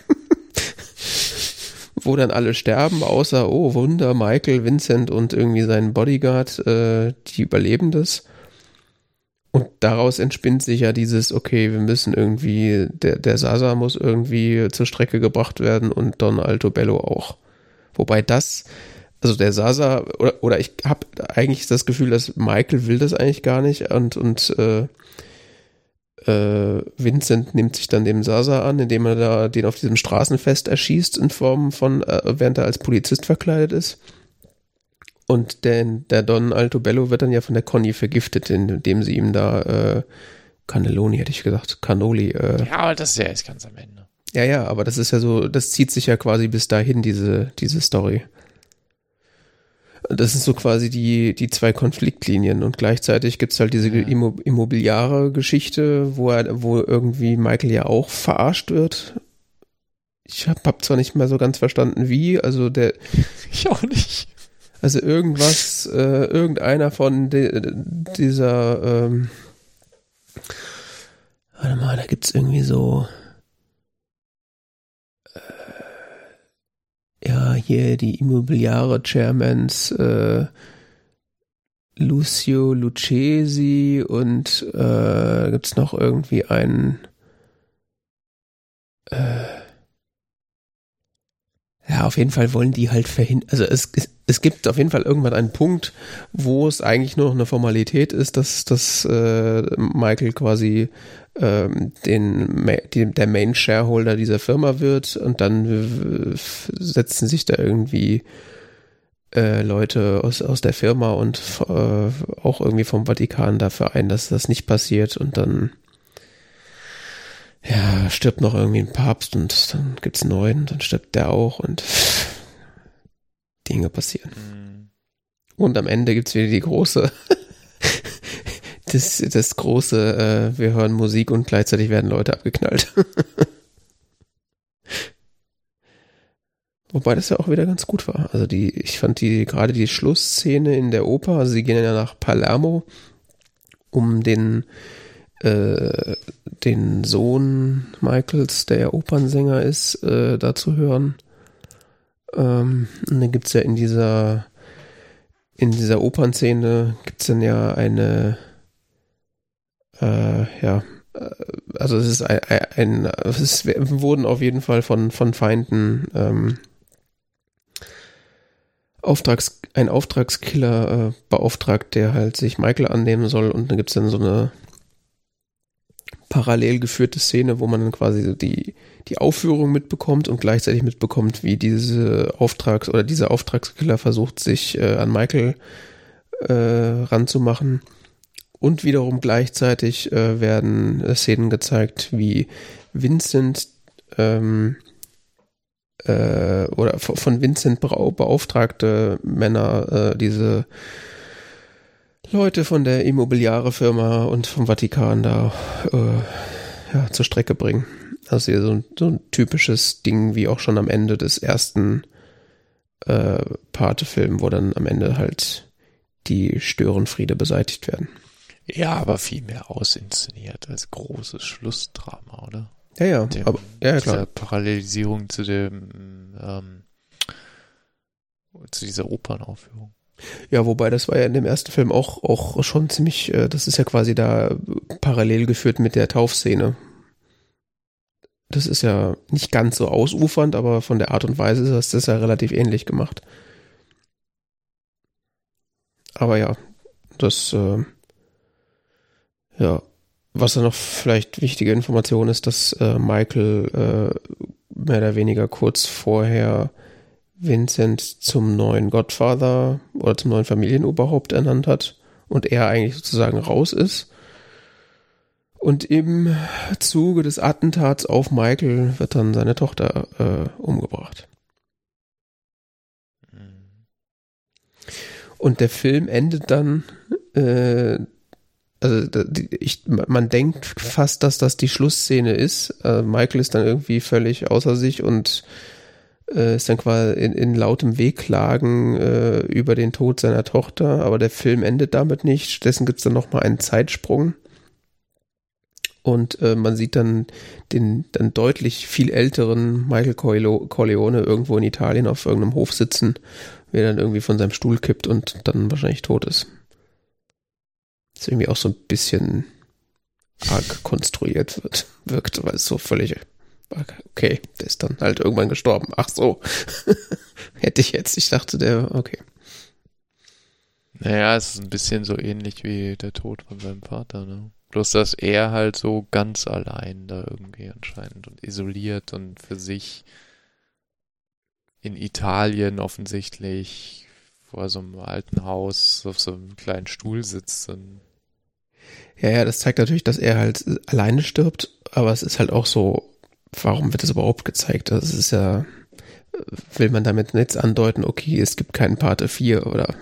wo dann alle sterben, außer, oh Wunder, Michael, Vincent und irgendwie sein Bodyguard, äh, die überleben das. Und daraus entspinnt sich ja dieses, okay, wir müssen irgendwie, der, der Sasa muss irgendwie zur Strecke gebracht werden und Don Altobello auch. Wobei das Also der Sasa, oder, oder ich habe eigentlich das Gefühl, dass Michael will das eigentlich gar nicht und, und äh, äh, Vincent nimmt sich dann dem Sasa an, indem er da den auf diesem Straßenfest erschießt in Form von, äh, während er als Polizist verkleidet ist. Und der, der Don Altobello wird dann ja von der Connie vergiftet, indem sie ihm da äh, Cannelloni, hätte ich gesagt, Cannoli. Äh, ja, aber das ist ja erst ganz am Ende. Ja, ja, aber das ist ja so, das zieht sich ja quasi bis dahin, diese, diese Story. Das sind so quasi die, die zwei Konfliktlinien und gleichzeitig gibt's halt diese ja. immobiliare Geschichte, wo er, wo irgendwie Michael ja auch verarscht wird. Ich hab, hab zwar nicht mehr so ganz verstanden, wie, also der... Ich auch nicht. Also irgendwas, äh, irgendeiner von de, dieser, ähm, warte mal, da gibt's irgendwie so... Ja, hier die immobiliare Chairmans äh, Lucio Lucchesi und äh, gibt's noch irgendwie einen äh, Ja, auf jeden Fall wollen die halt verhindern, also es, es, es gibt auf jeden Fall irgendwann einen Punkt, wo es eigentlich nur noch eine Formalität ist, dass, dass äh, Michael quasi ähm, den, die, der Main Shareholder dieser Firma wird und dann äh, setzen sich da irgendwie äh, Leute aus, aus der Firma und äh, auch irgendwie vom Vatikan dafür ein, dass das nicht passiert und dann ja, stirbt noch irgendwie ein Papst und dann gibt's einen neuen und dann stirbt der auch und Dinge passieren. Mhm. Und am Ende gibt's wieder die große, das, das große, äh, wir hören Musik und gleichzeitig werden Leute abgeknallt. Wobei das ja auch wieder ganz gut war. Also die, ich fand die, gerade die Schlussszene in der Oper, also sie gehen ja nach Palermo, um den Äh, den Sohn Michaels, der ja Opernsänger ist, äh, da zu hören. Ähm, und dann gibt's ja in dieser in dieser Opernszene gibt's dann ja eine äh, ja, also es ist ein, ein es ist, wurden auf jeden Fall von von Feinden ähm, Auftrags, ein Auftragskiller äh, beauftragt, der halt sich Michael annehmen soll und dann gibt's dann so eine parallel geführte Szene, wo man dann quasi die, die Aufführung mitbekommt und gleichzeitig mitbekommt, wie diese Auftrags- oder dieser Auftragskiller versucht, sich äh, an Michael äh, ranzumachen. Und wiederum gleichzeitig äh, werden äh, Szenen gezeigt, wie Vincent ähm, äh, oder von Vincent beauftragte Männer äh, diese Leute von der Immobiliare-Firma und vom Vatikan da äh, ja, zur Strecke bringen. Also hier so ein, so ein typisches Ding, wie auch schon am Ende des ersten äh, Pate-Film, wo dann am Ende halt die Störenfriede beseitigt werden. Ja, aber viel mehr ausinszeniert als großes Schlussdrama, oder? Ja, ja, dem, aber, ja, klar. Dieser Parallelisierung zu dem ähm, zu dieser Opernaufführung. Ja, wobei das war ja in dem ersten Film auch, auch schon ziemlich, äh, das ist ja quasi da parallel geführt mit der Taufszene. Das ist ja nicht ganz so ausufernd, aber von der Art und Weise ist das ja relativ ähnlich gemacht. Aber ja, das, äh, ja, was dann noch vielleicht wichtige Information ist, dass äh, Michael äh, mehr oder weniger kurz vorher Vincent zum neuen Godfather oder zum neuen Familienoberhaupt ernannt hat und er eigentlich sozusagen raus ist. Und im Zuge des Attentats auf Michael wird dann seine Tochter äh, umgebracht. Und der Film endet dann, äh, also ich, man denkt fast, dass das die Schlussszene ist. Äh, Michael ist dann irgendwie völlig außer sich und äh, ist dann quasi in, in lautem Wehklagen äh, über den Tod seiner Tochter. Aber der Film endet damit nicht. Stattdessen gibt es dann nochmal einen Zeitsprung. Und äh, man sieht dann den dann deutlich viel älteren Michael Corleone irgendwo in Italien auf irgendeinem Hof sitzen, wie er dann irgendwie von seinem Stuhl kippt und dann wahrscheinlich tot ist. Das ist irgendwie auch so ein bisschen arg konstruiert wird, wirkt, weil es so völlig, okay, der ist dann halt irgendwann gestorben. Ach so, hätte ich jetzt, ich dachte, der, okay. Naja, es ist ein bisschen so ähnlich wie der Tod von seinem Vater, ne? Bloß, dass er halt so ganz allein da irgendwie anscheinend und isoliert und für sich in Italien offensichtlich vor so einem alten Haus auf so einem kleinen Stuhl sitzt. Und ja, ja, das zeigt natürlich, dass er halt alleine stirbt, aber es ist halt auch so, warum wird das überhaupt gezeigt? Das ist ja, will man damit jetzt andeuten, okay, es gibt keinen Pate vier oder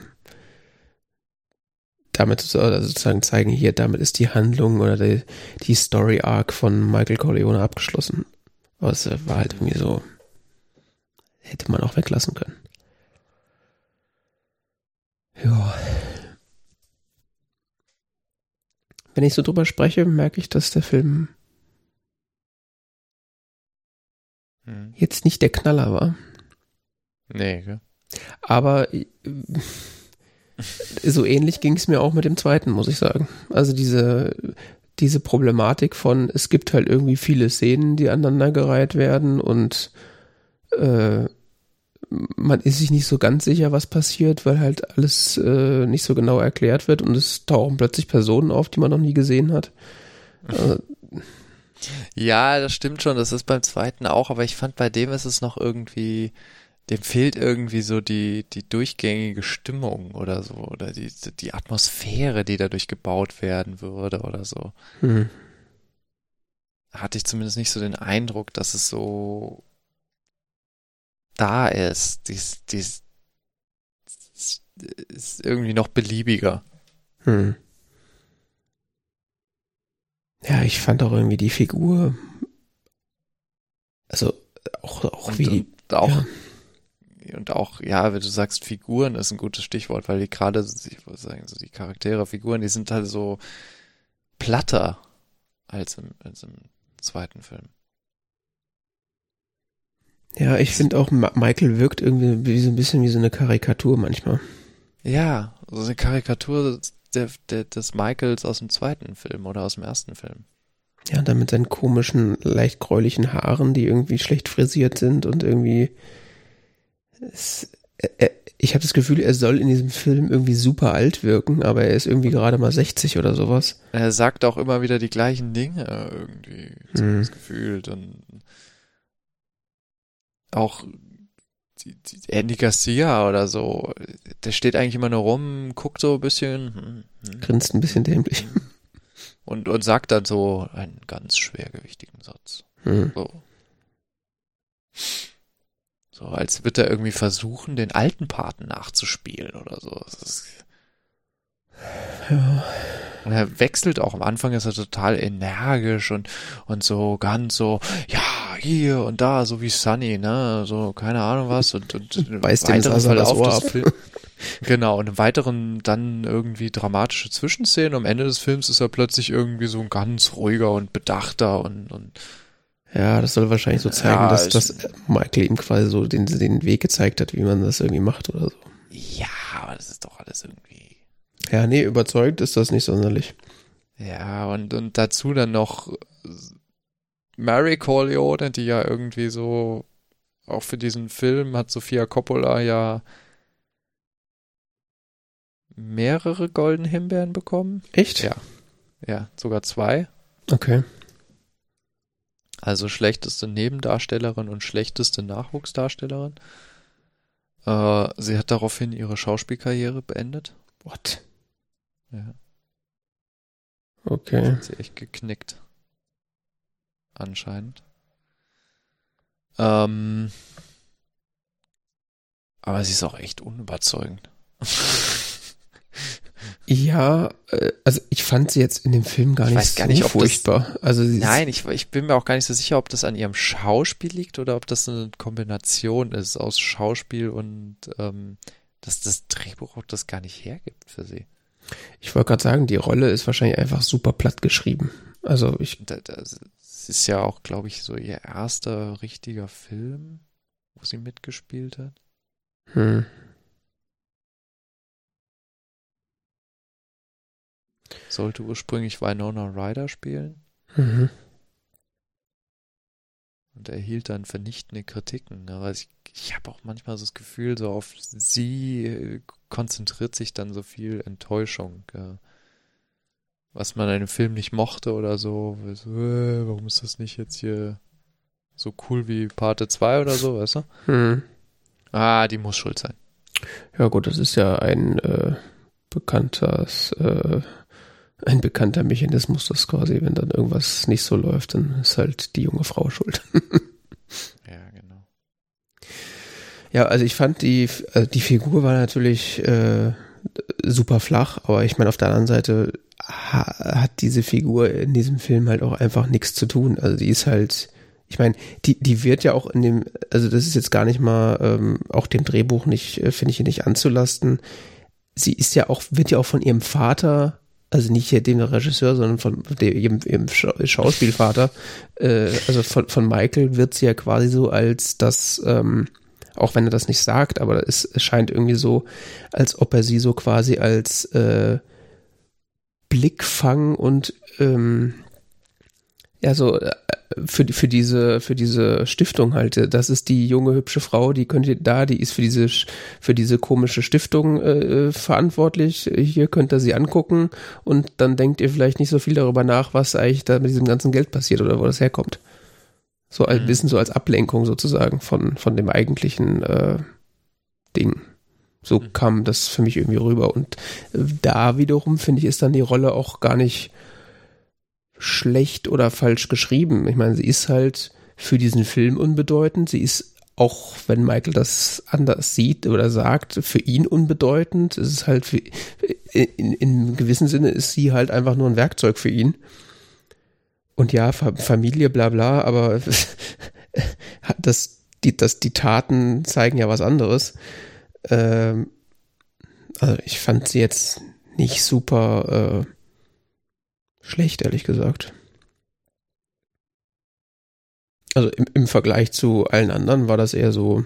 damit sozusagen zeigen, hier, damit ist die Handlung oder die, die Story Arc von Michael Corleone abgeschlossen. Aber es war halt irgendwie so, hätte man auch weglassen können. Ja. Wenn ich so drüber spreche, merke ich, dass der Film hm. jetzt nicht der Knaller war. Nee, gell? Aber so ähnlich ging es mir auch mit dem zweiten, muss ich sagen. Also diese, diese Problematik von, es gibt halt irgendwie viele Szenen, die aneinandergereiht werden und äh, man ist sich nicht so ganz sicher, was passiert, weil halt alles äh, nicht so genau erklärt wird und es tauchen plötzlich Personen auf, die man noch nie gesehen hat. Also, ja, das stimmt schon, das ist beim zweiten auch, aber ich fand, bei dem ist es noch irgendwie, dem fehlt irgendwie so die, die durchgängige Stimmung oder so, oder die, die Atmosphäre, die dadurch gebaut werden würde oder so. Hm. Hatte ich zumindest nicht so den Eindruck, dass es so da ist. Dies, dies, ist irgendwie noch beliebiger. Hm. Ja, ich fand auch irgendwie die Figur, also auch, auch und, wie und auch ja. und auch, ja, wenn du sagst, Figuren ist ein gutes Stichwort, weil die gerade, ich würde sagen, so die Charaktere, Figuren, die sind halt so platter als im, als im zweiten Film. Ja, ich finde auch, Ma- Michael wirkt irgendwie wie so ein bisschen wie so eine Karikatur manchmal. Ja, so eine Karikatur der, der, des Michaels aus dem zweiten Film oder aus dem ersten Film. Ja, dann mit seinen komischen, leicht gräulichen Haaren, die irgendwie schlecht frisiert sind und irgendwie es, er, ich habe das Gefühl, er soll in diesem Film irgendwie super alt wirken, aber er ist irgendwie gerade mal sechzig oder sowas. Er sagt auch immer wieder die gleichen Dinge irgendwie, hm. gefühlt und auch die, die Andy Garcia oder so, der steht eigentlich immer nur rum, guckt so ein bisschen, hm, hm, grinst ein bisschen dämlich. Und, und sagt dann so einen ganz schwergewichtigen Satz. Hm. So. So, als würde er irgendwie versuchen, den alten Paten nachzuspielen oder so. Das ist ja. Und er wechselt auch. Am Anfang ist er total energisch und, und so ganz so, ja, hier und da, so wie Sunny, ne, so, keine Ahnung was. Und, und beißt dem das Ohr ab. Film, genau, und im weiteren dann irgendwie dramatische Zwischenszenen. Am Ende des Films ist er plötzlich irgendwie so ein ganz ruhiger und bedachter und, und ja, das soll wahrscheinlich so zeigen, ja, dass, dass Michael ihm quasi so den, den Weg gezeigt hat, wie man das irgendwie macht oder so. Ja, aber das ist doch alles irgendwie. Ja, nee, überzeugt ist das nicht sonderlich. Ja, und, und dazu dann noch Mary Corleone, die ja irgendwie so, auch für diesen Film hat Sofia Coppola ja mehrere Golden Himbeeren bekommen. Echt? Ja. Ja, sogar zwei. Okay. Also schlechteste Nebendarstellerin und schlechteste Nachwuchsdarstellerin. Äh, sie hat daraufhin ihre Schauspielkarriere beendet. What? Ja. Okay. Hat sie echt geknickt. Anscheinend. Ähm, aber sie ist auch echt unüberzeugend. Ja, äh, also ich fand sie jetzt in dem Film gar ich nicht weiß so gar nicht, ob furchtbar. Das, also nein, ich, ich bin mir auch gar nicht so sicher, ob das an ihrem Schauspiel liegt oder ob das eine Kombination ist aus Schauspiel und ähm, dass das Drehbuch auch das gar nicht hergibt für sie. Ich wollte gerade sagen, die Rolle ist wahrscheinlich einfach super platt geschrieben. Also ich. Das ist ja auch, glaube ich, so ihr erster richtiger Film, wo sie mitgespielt hat. Hm. Sollte ursprünglich Winona Ryder spielen. Mhm. Und erhielt dann vernichtende Kritiken. Aber ich, ich habe auch manchmal so das Gefühl, so auf sie konzentriert sich dann so viel Enttäuschung. Ja. Was man an einem Film nicht mochte oder so. so äh, warum ist das nicht jetzt hier so cool wie Parte zwei oder so, weißt du? Mhm. Ah, die muss schuld sein. Ja gut, das ist ja ein äh, bekanntes, äh, ein bekannter Mechanismus, das quasi, wenn dann irgendwas nicht so läuft, dann ist halt die junge Frau schuld. Ja, genau. Ja, also ich fand die, äh, die Figur war natürlich äh, super flach, aber ich meine, auf der anderen Seite ha, hat diese Figur in diesem Film halt auch einfach nichts zu tun. Also die ist halt, ich meine, die, die wird ja auch in dem, also das ist jetzt gar nicht mal ähm, auch dem Drehbuch nicht, äh, finde ich, nicht anzulasten. Sie ist ja auch, wird ja auch von ihrem Vater, also nicht hier dem Regisseur, sondern von dem, ihrem, ihrem Schauspielvater, äh, also von, von Michael wird sie ja quasi so als das, ähm, auch wenn er das nicht sagt, aber es, es scheint irgendwie so, als ob er sie so quasi als äh, Blickfang und ähm, ja, so äh, für, für diese, für diese Stiftung halt. Das ist die junge, hübsche Frau, die könnt ihr da, die ist für diese, für diese komische Stiftung äh, verantwortlich. Hier könnt ihr sie angucken und dann denkt ihr vielleicht nicht so viel darüber nach, was eigentlich da mit diesem ganzen Geld passiert oder wo das herkommt. So ein bisschen so als Ablenkung sozusagen von, von dem eigentlichen äh, Ding. So mhm. kam das für mich irgendwie rüber. Und da wiederum, finde ich, ist dann die Rolle auch gar nicht schlecht oder falsch geschrieben. Ich meine, sie ist halt für diesen Film unbedeutend. Sie ist, auch wenn Michael das anders sieht oder sagt, für ihn unbedeutend. Es ist halt, für, in, in gewissem Sinne ist sie halt einfach nur ein Werkzeug für ihn. Und ja, Familie, bla bla, aber das, die, das, die Taten zeigen ja was anderes. Ähm, also ich fand sie jetzt nicht super äh, schlecht, ehrlich gesagt. Also im, im Vergleich zu allen anderen war das eher so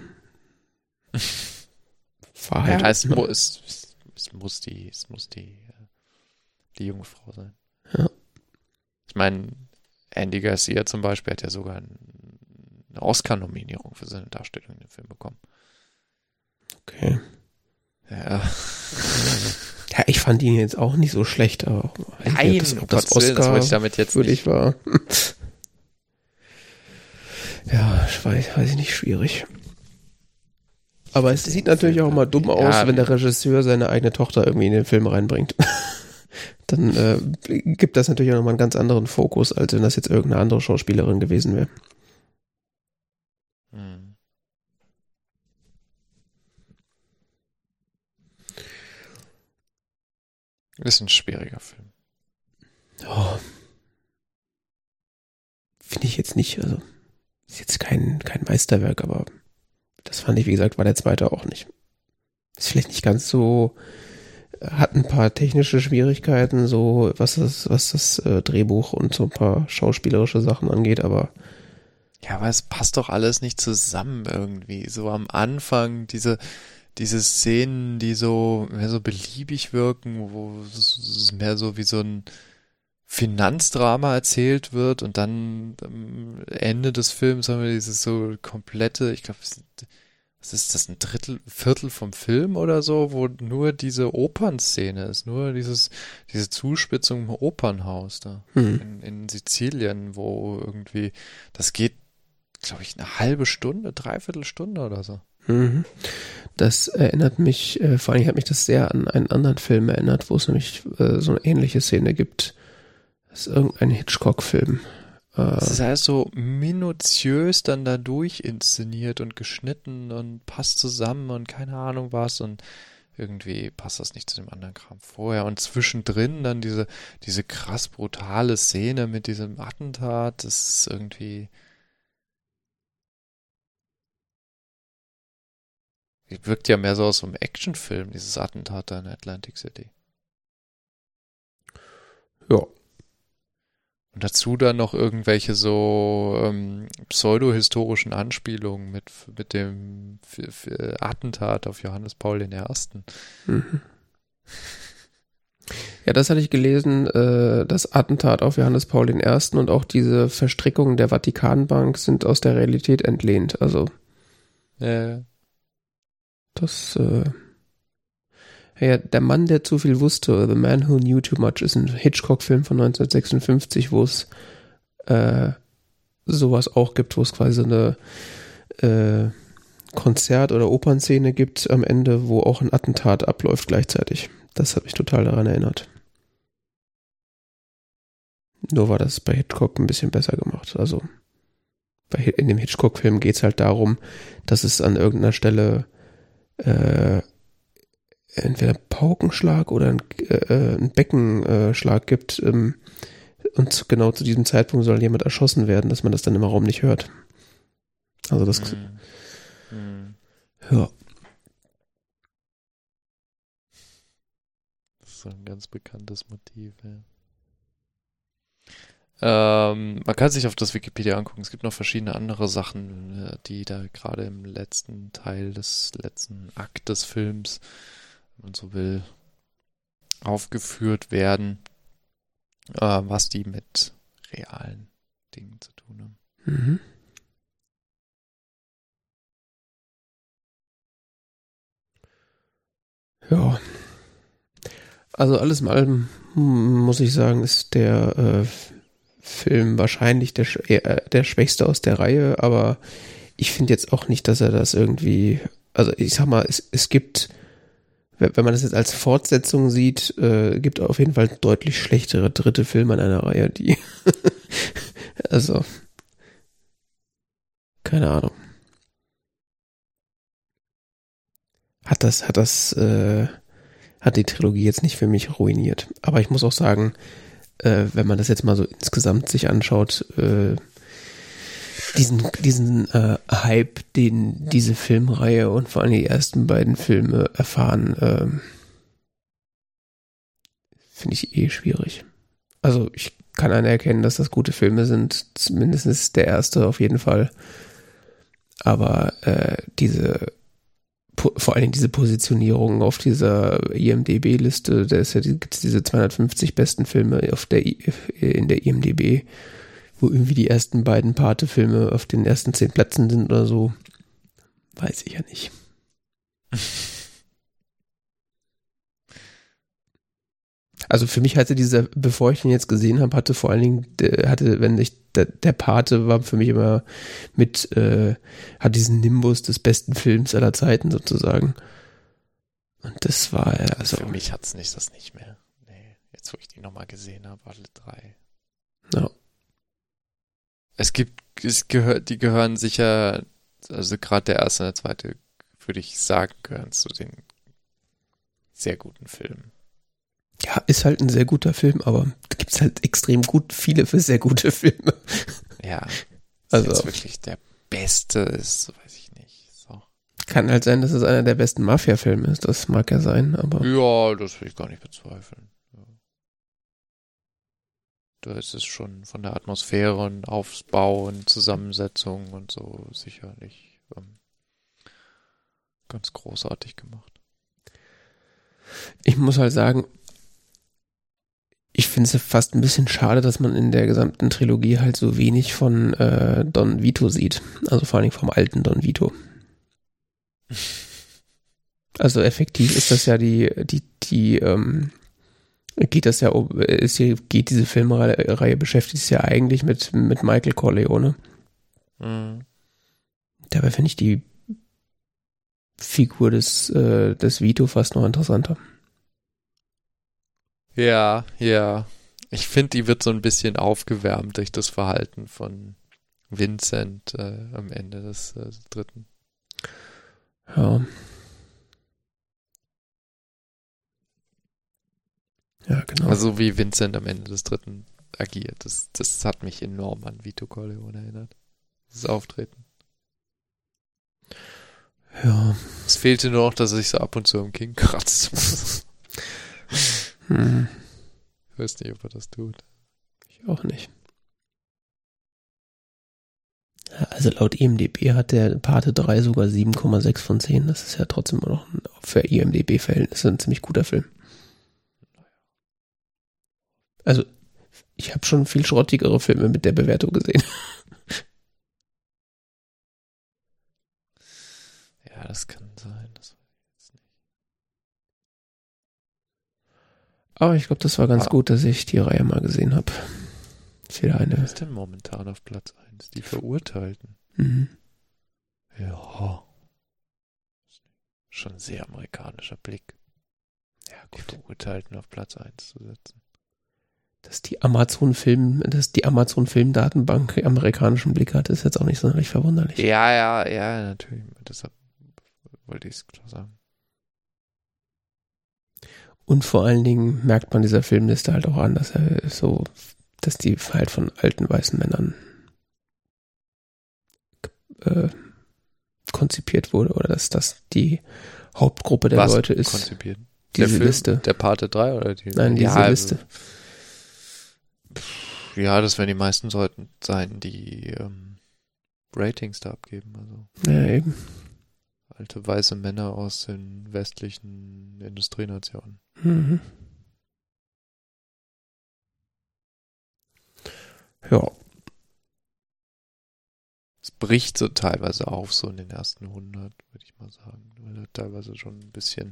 verhalten. Ja, es, mu es, es muss die, es muss die, die junge Frau sein. Ja. Ich meine, Andy Garcia zum Beispiel hat ja sogar eine Oscar-Nominierung für seine Darstellung in dem Film bekommen. Okay. Ja. Ja, ich fand ihn jetzt auch nicht so schlecht, aber Nein, das, ob das Oscar das wollte ich damit jetzt nicht. War. Ja, ich weiß, weiß ich nicht, schwierig. Aber es sieht natürlich auch mal dumm aus, ja, wenn der Regisseur seine eigene Tochter irgendwie in den Film reinbringt. Dann äh, gibt das natürlich auch nochmal einen ganz anderen Fokus, als wenn das jetzt irgendeine andere Schauspielerin gewesen wäre. Hm. Ist ein schwieriger Film. Oh. Finde ich jetzt nicht, also ist jetzt kein, kein Meisterwerk, aber das fand ich, wie gesagt, war der zweite auch nicht. Ist vielleicht nicht ganz so, hat ein paar technische Schwierigkeiten, so was das, was das äh, Drehbuch und so ein paar schauspielerische Sachen angeht, aber ja, aber es passt doch alles nicht zusammen irgendwie. So am Anfang diese diese Szenen, die so mehr so beliebig wirken, wo es mehr so wie so ein Finanzdrama erzählt wird und dann am Ende des Films haben wir dieses so komplette, ich glaube, was ist das, ein Drittel, Viertel vom Film oder so, wo nur diese Opernszene ist, nur dieses, diese Zuspitzung im Opernhaus da hm. in, in Sizilien, wo irgendwie, das geht, glaube ich, eine halbe Stunde, dreiviertel Stunde oder so. Mhm. Das erinnert mich, äh, vor allem hat mich das sehr an einen anderen Film erinnert, wo es nämlich äh, so eine ähnliche Szene gibt. Das ist irgendein Hitchcock-Film. Das ist alles so minutiös dann da durch inszeniert und geschnitten und passt zusammen und keine Ahnung was und irgendwie passt das nicht zu dem anderen Kram vorher. Und zwischendrin dann diese, diese krass brutale Szene mit diesem Attentat, das ist irgendwie wirkt ja mehr so aus so einem Actionfilm, dieses Attentat da in Atlantic City. Ja. Und dazu dann noch irgendwelche so ähm, pseudo-historischen Anspielungen mit, mit dem f- f- Attentat auf Johannes Paul der Erste. Mhm. Ja, das hatte ich gelesen, äh, das Attentat auf Johannes Paul der Erste und auch diese Verstrickungen der Vatikanbank sind aus der Realität entlehnt. Also äh. das äh, ja, der Mann, der zu viel wusste, The Man Who Knew Too Much, ist ein Hitchcock-Film von neunzehnhundertsechsundfünfzig, wo es äh, sowas auch gibt, wo es quasi so eine äh, Konzert- oder Opernszene gibt am Ende, wo auch ein Attentat abläuft gleichzeitig. Das hat mich total daran erinnert. Nur war das bei Hitchcock ein bisschen besser gemacht. Also bei, in dem Hitchcock-Film geht es halt darum, dass es an irgendeiner Stelle äh, entweder Paukenschlag oder ein, äh, ein Beckenschlag gibt ähm, und genau zu diesem Zeitpunkt soll jemand erschossen werden, dass man das dann im Raum nicht hört. Also das mm. Mm. ja. Das ist so ein ganz bekanntes Motiv, ja. Ähm, man kann sich auf das Wikipedia angucken. Es gibt noch verschiedene andere Sachen, die da gerade im letzten Teil des letzten Akt des Films, wenn man so will, aufgeführt werden, äh, was die mit realen Dingen zu tun haben. Mhm. Ja. Also alles in allem muss ich sagen, ist der äh, Film wahrscheinlich der, äh, der schwächste aus der Reihe, aber ich finde jetzt auch nicht, dass er das irgendwie, also ich sag mal, es, es gibt, wenn man das jetzt als Fortsetzung sieht, äh, gibt auf jeden Fall deutlich schlechtere dritte Filme in einer Reihe, die also keine Ahnung. Hat das, hat das, äh, hat die Trilogie jetzt nicht für mich ruiniert. Aber ich muss auch sagen, äh, wenn man das jetzt mal so insgesamt sich anschaut, äh, diesen, diesen äh, Hype, den diese Filmreihe und vor allem die ersten beiden Filme erfahren, äh, finde ich eh schwierig. Also ich kann anerkennen, dass das gute Filme sind, zumindest der erste auf jeden Fall. Aber äh, diese vor allem diese Positionierung auf dieser I M D B-Liste, da ist ja die, gibt's diese zweihundertfünfzig besten Filme auf der in der I M D B, wo irgendwie die ersten beiden Pate-Filme auf den ersten zehn Plätzen sind oder so. Weiß ich ja nicht. Also für mich hatte dieser, bevor ich ihn jetzt gesehen habe, hatte vor allen Dingen, hatte, wenn ich, der, der Pate war für mich immer mit, äh, hat diesen Nimbus des besten Films aller Zeiten sozusagen. Und das war, also. Für mich hat's nicht das nicht mehr. Nee, jetzt wo ich die nochmal gesehen habe, alle drei. Ja. Es gibt, es gehört, die gehören sicher, also gerade der erste und der zweite, würde ich sagen, gehören zu den sehr guten Filmen. Ja, ist halt ein sehr guter Film, aber da gibt's halt extrem gut viele für sehr gute Filme. Ja, also jetzt wirklich der beste ist, weiß ich nicht. So. Kann halt sein, dass es einer der besten Mafia-Filme ist, das mag ja sein, aber. Ja, das will ich gar nicht bezweifeln. Ja. Da ist es schon von der Atmosphäre und Aufbau und Zusammensetzung und so sicherlich ähm, ganz großartig gemacht. Ich muss halt sagen, ich finde es fast ein bisschen schade, dass man in der gesamten Trilogie halt so wenig von äh, Don Vito sieht. Also vor allem vom alten Don Vito. Also effektiv ist das ja die, die, die, ähm, geht das ja, ist hier, geht diese Filmreihe, beschäftigt sich ja eigentlich mit, mit Michael Corleone. Mhm. Dabei finde ich die Figur des, äh, des Vito fast noch interessanter. Ja, ja. Ich finde, die wird so ein bisschen aufgewärmt durch das Verhalten von Vincent äh, am Ende des äh, dritten. Ja. Ja, genau. Also wie Vincent am Ende des dritten agiert. Das, das hat mich enorm an Vito Corleone erinnert. Das Auftreten. Ja. Es fehlte nur noch, dass er sich so ab und zu am Kinn kratzt. Hm. Ich weiß nicht, ob er das tut. Ich auch nicht. Also laut I M D B hat der Pate drei sogar sieben Komma sechs von zehn. Das ist ja trotzdem immer noch ein, für I M D B-Verhältnisse ein ziemlich guter Film. Also ich habe schon viel schrottigere Filme mit der Bewertung gesehen. Ja, das kann sein. Das weiß ich jetzt nicht. Aber ich glaube, das war ganz ah. gut, dass ich die Reihe mal gesehen habe. Ist wieder eine. Was ist denn momentan auf Platz eins? Die Verurteilten. Mhm. Ja. Schon ein sehr amerikanischer Blick. Ja, gut. Die Verurteilten auf Platz eins zu setzen. Dass die Amazon-Film, dass die Amazon-Film-Datenbank amerikanischen Blick hat, ist jetzt auch nicht sonderlich verwunderlich. Ja, ja, ja, natürlich. Deshalb wollte ich es klar sagen. Und vor allen Dingen merkt man dieser Filmliste halt auch an, dass er so, dass die halt von alten weißen Männern äh, konzipiert wurde oder dass das die Hauptgruppe der Was Leute ist. Konzipiert? Diese der Film, Liste. Der Pate drei oder die? Nein, diese ja, Liste. Ja, das werden die meisten sollten sein, die ähm, Ratings da abgeben. Also. Ja, eben. Alte weiße Männer aus den westlichen Industrienationen. Mhm. Ja. bricht so teilweise auf, so in den ersten hundert, würde ich mal sagen. Weil teilweise schon ein bisschen,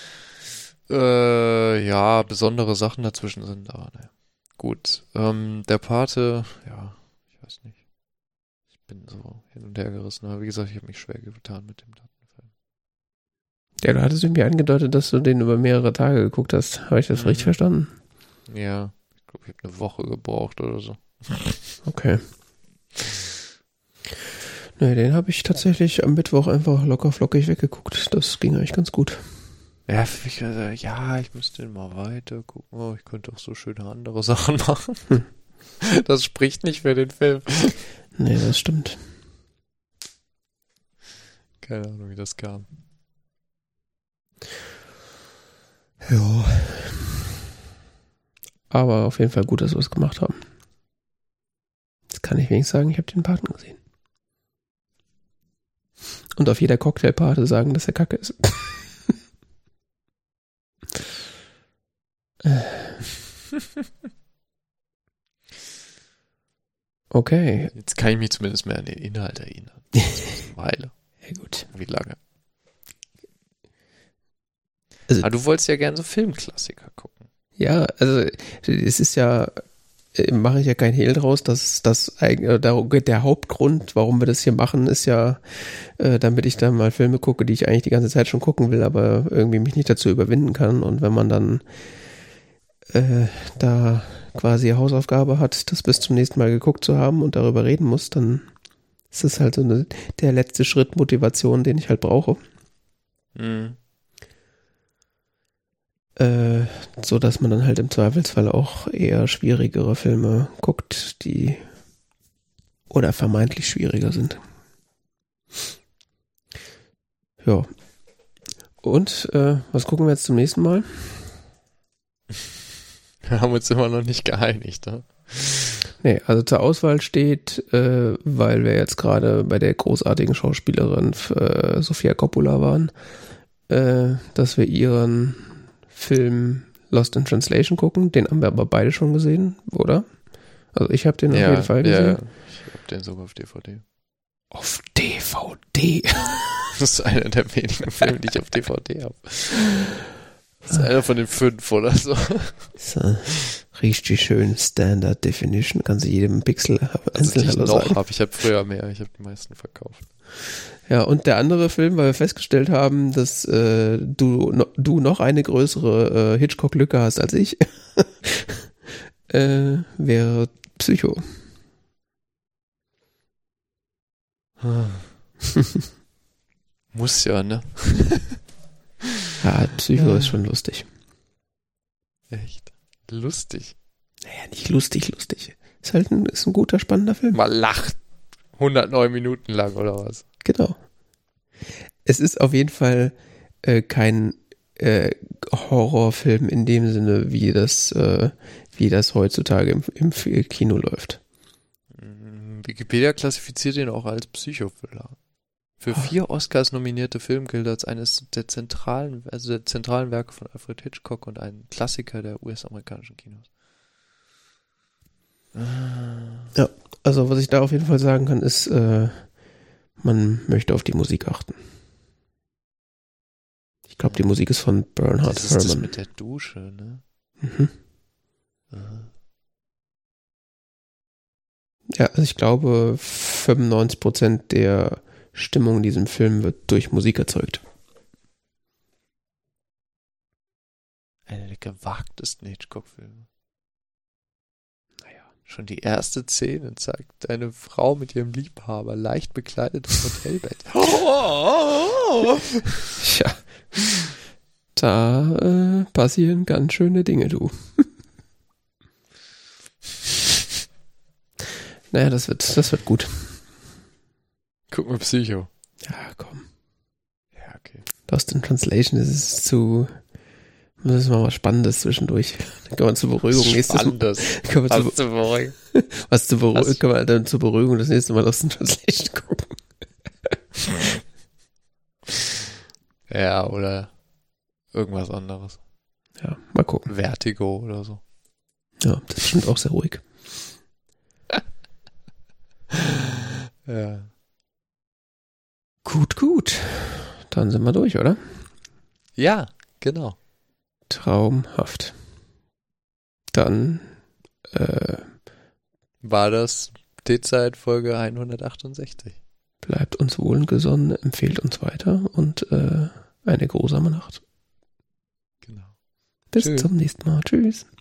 äh, ja, besondere Sachen dazwischen sind, aber naja. Gut, ähm, der Pate, ja, ich weiß nicht. Ich bin so hin und her gerissen, aber wie gesagt, ich habe mich schwer getan mit dem Datenfilm. Ja, du hattest irgendwie angedeutet, dass du den über mehrere Tage geguckt hast. Habe ich das mhm. richtig verstanden? Ja, ich glaube, ich habe eine Woche gebraucht oder so. Okay. Nee, den habe ich tatsächlich am Mittwoch einfach locker flockig weggeguckt. Das ging eigentlich ganz gut. Ja, ich, äh, ja, ich müsste mal weiter gucken. Oh, ich könnte auch so schöne andere Sachen machen. Hm. Das spricht nicht für den Film. Nee, das stimmt. Keine Ahnung, wie das kam. Ja. Aber auf jeden Fall gut, dass wir es gemacht haben. Jetzt kann ich wenigstens sagen, ich habe den Paten gesehen. Und auf jeder Cocktailparty sagen, dass er kacke ist. Okay. Jetzt kann ich mich zumindest mehr an den Inhalt erinnern. Das ist eine Weile. Ja, gut. Wie lange? Also, Aber du wolltest ja gerne so Filmklassiker gucken. Ja, also es ist ja, mache ich ja kein Hehl draus, dass das eigentlich, der Hauptgrund, warum wir das hier machen, ist ja, äh, damit ich dann mal Filme gucke, die ich eigentlich die ganze Zeit schon gucken will, aber irgendwie mich nicht dazu überwinden kann. Und wenn man dann äh, da quasi Hausaufgabe hat, das bis zum nächsten Mal geguckt zu haben und darüber reden muss, dann ist das halt so eine, der letzte Schritt Motivation, den ich halt brauche. Mhm. Äh, so dass man dann halt im Zweifelsfall auch eher schwierigere Filme guckt, die oder vermeintlich schwieriger sind. Ja. Und, äh, was gucken wir jetzt zum nächsten Mal? Wir haben uns immer noch nicht geeinigt, ne? Nee, also zur Auswahl steht, äh, weil wir jetzt gerade bei der großartigen Schauspielerin äh, Sofia Coppola waren, äh, dass wir ihren Film Lost in Translation gucken. Den haben wir aber beide schon gesehen, oder? Also ich habe den ja, auf jeden Fall gesehen. Ja, ich habe den sogar auf D V D. Auf D V D? Das ist einer der wenigen Filme, die ich auf D V D habe. Das ist einer von den fünf oder so. So, richtig schön Standard Definition. Kannst du jedem Pixel einzeln also, noch habe. Ich habe früher mehr. Ich habe die meisten verkauft. Ja, und der andere Film, weil wir festgestellt haben, dass äh, du, no, du noch eine größere äh, Hitchcock-Lücke hast als ich, äh, wäre Psycho. Muss ja, ne? Ja, Psycho ja. Ist schon lustig. Echt? Lustig? Naja, nicht lustig, lustig. Ist halt ein, ist ein guter, spannender Film. Man lacht hundertneun Minuten lang, oder was? Genau. Es ist auf jeden Fall äh, kein äh, Horrorfilm in dem Sinne, wie das, äh, wie das heutzutage im, im Kino läuft. Wikipedia klassifiziert ihn auch als Psychothriller. Für oh. vier Oscars nominierte Film gilt als eines der zentralen, also der zentralen Werke von Alfred Hitchcock und ein Klassiker der U S-amerikanischen Kinos. Ja, also was ich da auf jeden Fall sagen kann, ist, äh, man möchte auf die Musik achten. Ich glaube, die Musik ist von Bernhard das ist Herrmann. Das mit der Dusche, ne? Mhm. Aha. Ja, also ich glaube, fünfundneunzig Prozent der Stimmung in diesem Film wird durch Musik erzeugt. Einer der gewagtesten Hitchcock-Filme. Naja, schon die erste Szene zeigt eine Frau mit ihrem Liebhaber leicht bekleidet im Hotelbett. Oh, ja, da äh, passieren ganz schöne Dinge, du. Naja, das wird, das wird gut. Guck mal Psycho. Ja, komm. Ja, okay. Lost in Translation ist es zu... Das ist mal was Spannendes zwischendurch. Dann kann man zur Beruhigung nächstes Mal... Kann man was zur Beruhigung. Was zur Beruhigung... Kann man dann zur Beruhigung das nächste Mal Lost in Translation gucken. Ja, oder irgendwas anderes. Ja, mal gucken. Vertigo oder so. Ja, das ist bestimmt auch sehr ruhig. Ja. Gut, gut. Dann sind wir durch, oder? Ja, genau. Traumhaft. Dann äh, war das T-Zeit Folge hundertachtundsechzig. Bleibt uns wohlgesonnen, empfehlt uns weiter und äh, eine grusame Nacht. Genau. Bis Tschüss. zum nächsten Mal. Tschüss.